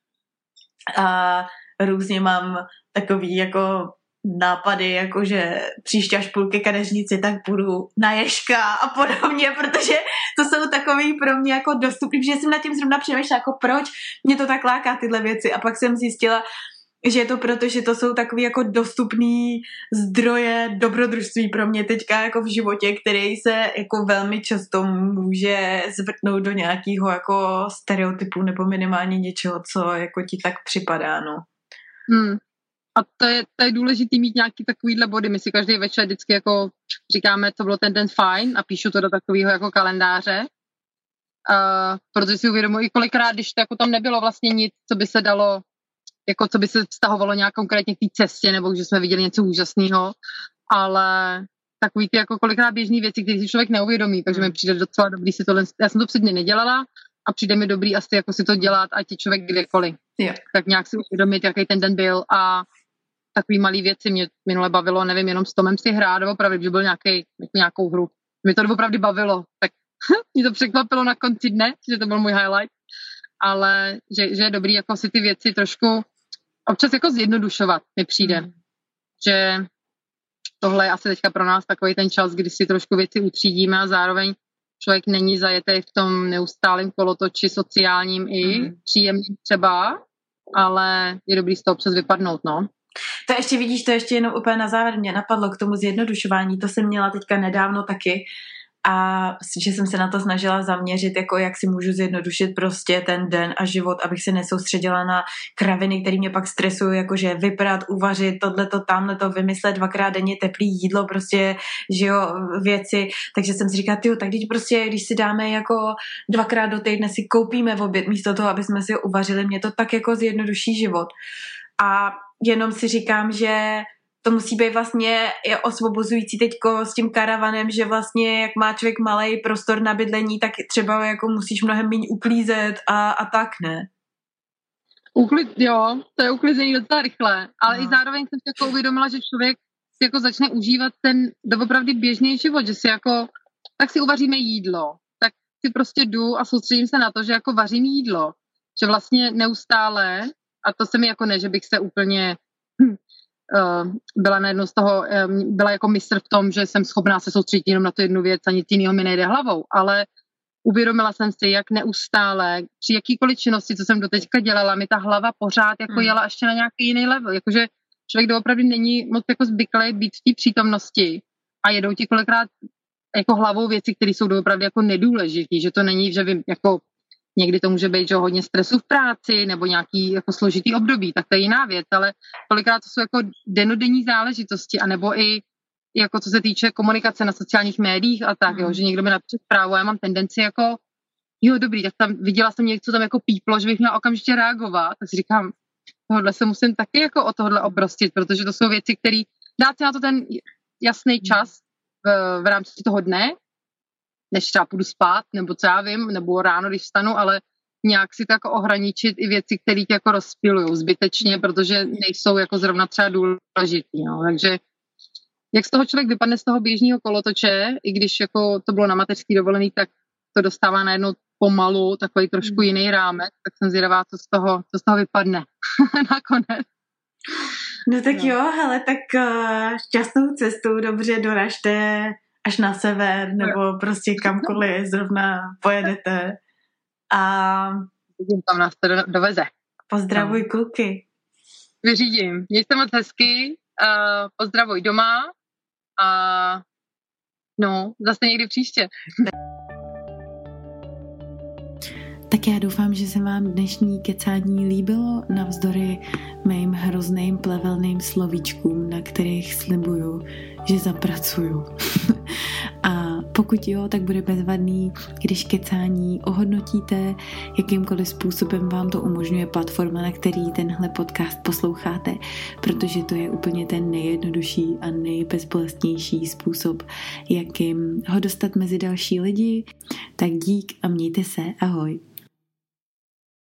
různě mám takový jako nápady, jako že příště až půl ke kadeřnici, tak půjdu na Ježka a podobně, protože to jsou takový pro mě jako dostupný, protože jsem nad tím zrovna přemýšlela, jako proč mě to tak láká tyhle věci a pak jsem zjistila, že je to proto, že to jsou takový jako dostupný zdroje dobrodružství pro mě teďka jako v životě, který se jako velmi často může zvrtnout do nějakého jako stereotypu nebo minimálně něčeho, co jako ti tak připadá, no. A to je důležitý mít nějaký takovýhle body. My si každý večer vždycky jako říkáme, co bylo ten den fajn a píšu to do takového jako kalendáře. Protože si uvědomuji, kolikrát, když to jako tam nebylo vlastně nic, co by se dalo, jako co by se vztahovalo nějak konkrétně k té cestě, nebo že jsme viděli něco úžasného, ale takový ty jako kolikrát běžný věci, které si člověk neuvědomí, takže mi přijde docela dobrý si tohle, já jsem to před dny nedělala a přijde mi dobrý asi jako si to dělat, ať je člověk kdekoliv. Yeah. Tak nějak si uvědomit, jaký ten den byl a takový malý věci mě minule bavilo, nevím, jenom s Tomem si hrát, opravdu, že byl nějakou hru. Mě to opravdu bavilo, tak mě to překvapilo na konci dne, že to byl můj highlight, ale že je dobrý jako si ty věci trošku občas jako zjednodušovat mi přijde, že tohle je asi teďka pro nás takový ten čas, kdy si trošku věci utřídíme a zároveň člověk není zajetý v tom neustálém kolotoči sociálním i příjemným třeba, ale je dobrý z toho občas vypadnout, no. To ještě vidíš, to ještě jenom úplně na závěr mě napadlo k tomu zjednodušování, to jsem měla teďka nedávno taky a že jsem se na to snažila zaměřit, jako jak si můžu zjednodušit prostě ten den a život, abych se nesoustředila na kraviny, které mě pak stresují, jakože vyprat, uvařit, tohleto, tamhleto, vymyslet 2krát denně teplý jídlo, prostě, že jo, věci, takže jsem si říkala, tyjo, tak když si dáme jako 2krát do týdne si koupíme v oběd, místo toho, aby jsme si ho uvařili, mě to tak jako zjednoduší život. A jenom si říkám, že to musí být vlastně osvobozující teďko s tím karavanem, že vlastně jak má člověk malej prostor na bydlení, tak třeba jako musíš mnohem méně uklízet a tak, ne? Jo, to je uklízení docela rychle, ale i zároveň jsem si jako uvědomila, že člověk si jako začne užívat ten doopravdy běžný život, že si jako, tak si uvaříme jídlo, tak si prostě jdu a soustředím se na to, že jako vařím jídlo, že vlastně neustále, a to se mi jako ne, že bych se úplně byla najednou z toho, byla jako mistr v tom, že jsem schopná se soustředit jenom na tu jednu věc a nic jiného mi nejde hlavou, ale uvědomila jsem si, jak neustále při jakýkoliv činnosti, co jsem doteďka dělala, mi ta hlava pořád jako jela ještě na nějaký jiný level, jakože člověk doopravdy není moc jako zvyklý být v té přítomnosti a jedou ti kolikrát jako hlavou věci, které jsou doopravdy jako nedůležitý, že to není, že vy jako někdy to může být, že hodně stresu v práci nebo nějaký jako složitý období, tak to je jiná věc, ale kolikrát to jsou jako dennodenní záležitosti, anebo i jako co se týče komunikace na sociálních médiích a tak, jo, že někdo mi napíše zprávu a já mám tendenci jako, jo dobrý, tak tam viděla jsem něco tam jako píplo, že bych měla okamžitě reagovat, tak si říkám, tohle se musím taky jako o tohle oprostit, protože to jsou věci, které dát si na to ten jasný čas v rámci toho dne, než třeba půjdu spát, nebo co já vím, nebo ráno, když vstanu, ale nějak si to jako ohraničit i věci, které tě jako rozptilujou zbytečně, protože nejsou jako zrovna třeba důležitý, no. Takže jak z toho člověk vypadne z toho běžného kolotoče, i když jako to bylo na mateřský dovolený, tak to dostává najednou pomalu takový trošku jiný rámec, tak jsem zvědavá, co z toho vypadne nakonec. No tak jo, hele, tak šťastnou cestu, dobře doražte až na sever, nebo prostě kamkoliv zrovna pojedete. A tam nás to doveze. Pozdravuj kluky. Vyřídím. Mějte moc hezky, pozdravuj doma a no, zase někdy příště. Tak já doufám, že se vám dnešní kecání líbilo navzdory mým hrozným plevelným slovíčkům, na kterých slibuju, že zapracuju. A pokud jo, tak bude bezvadný, když kecání ohodnotíte, jakýmkoliv způsobem vám to umožňuje platforma, na který tenhle podcast posloucháte, protože to je úplně ten nejjednodušší a nejbezbolestnější způsob, jakým ho dostat mezi další lidi. Tak dík a mějte se, ahoj.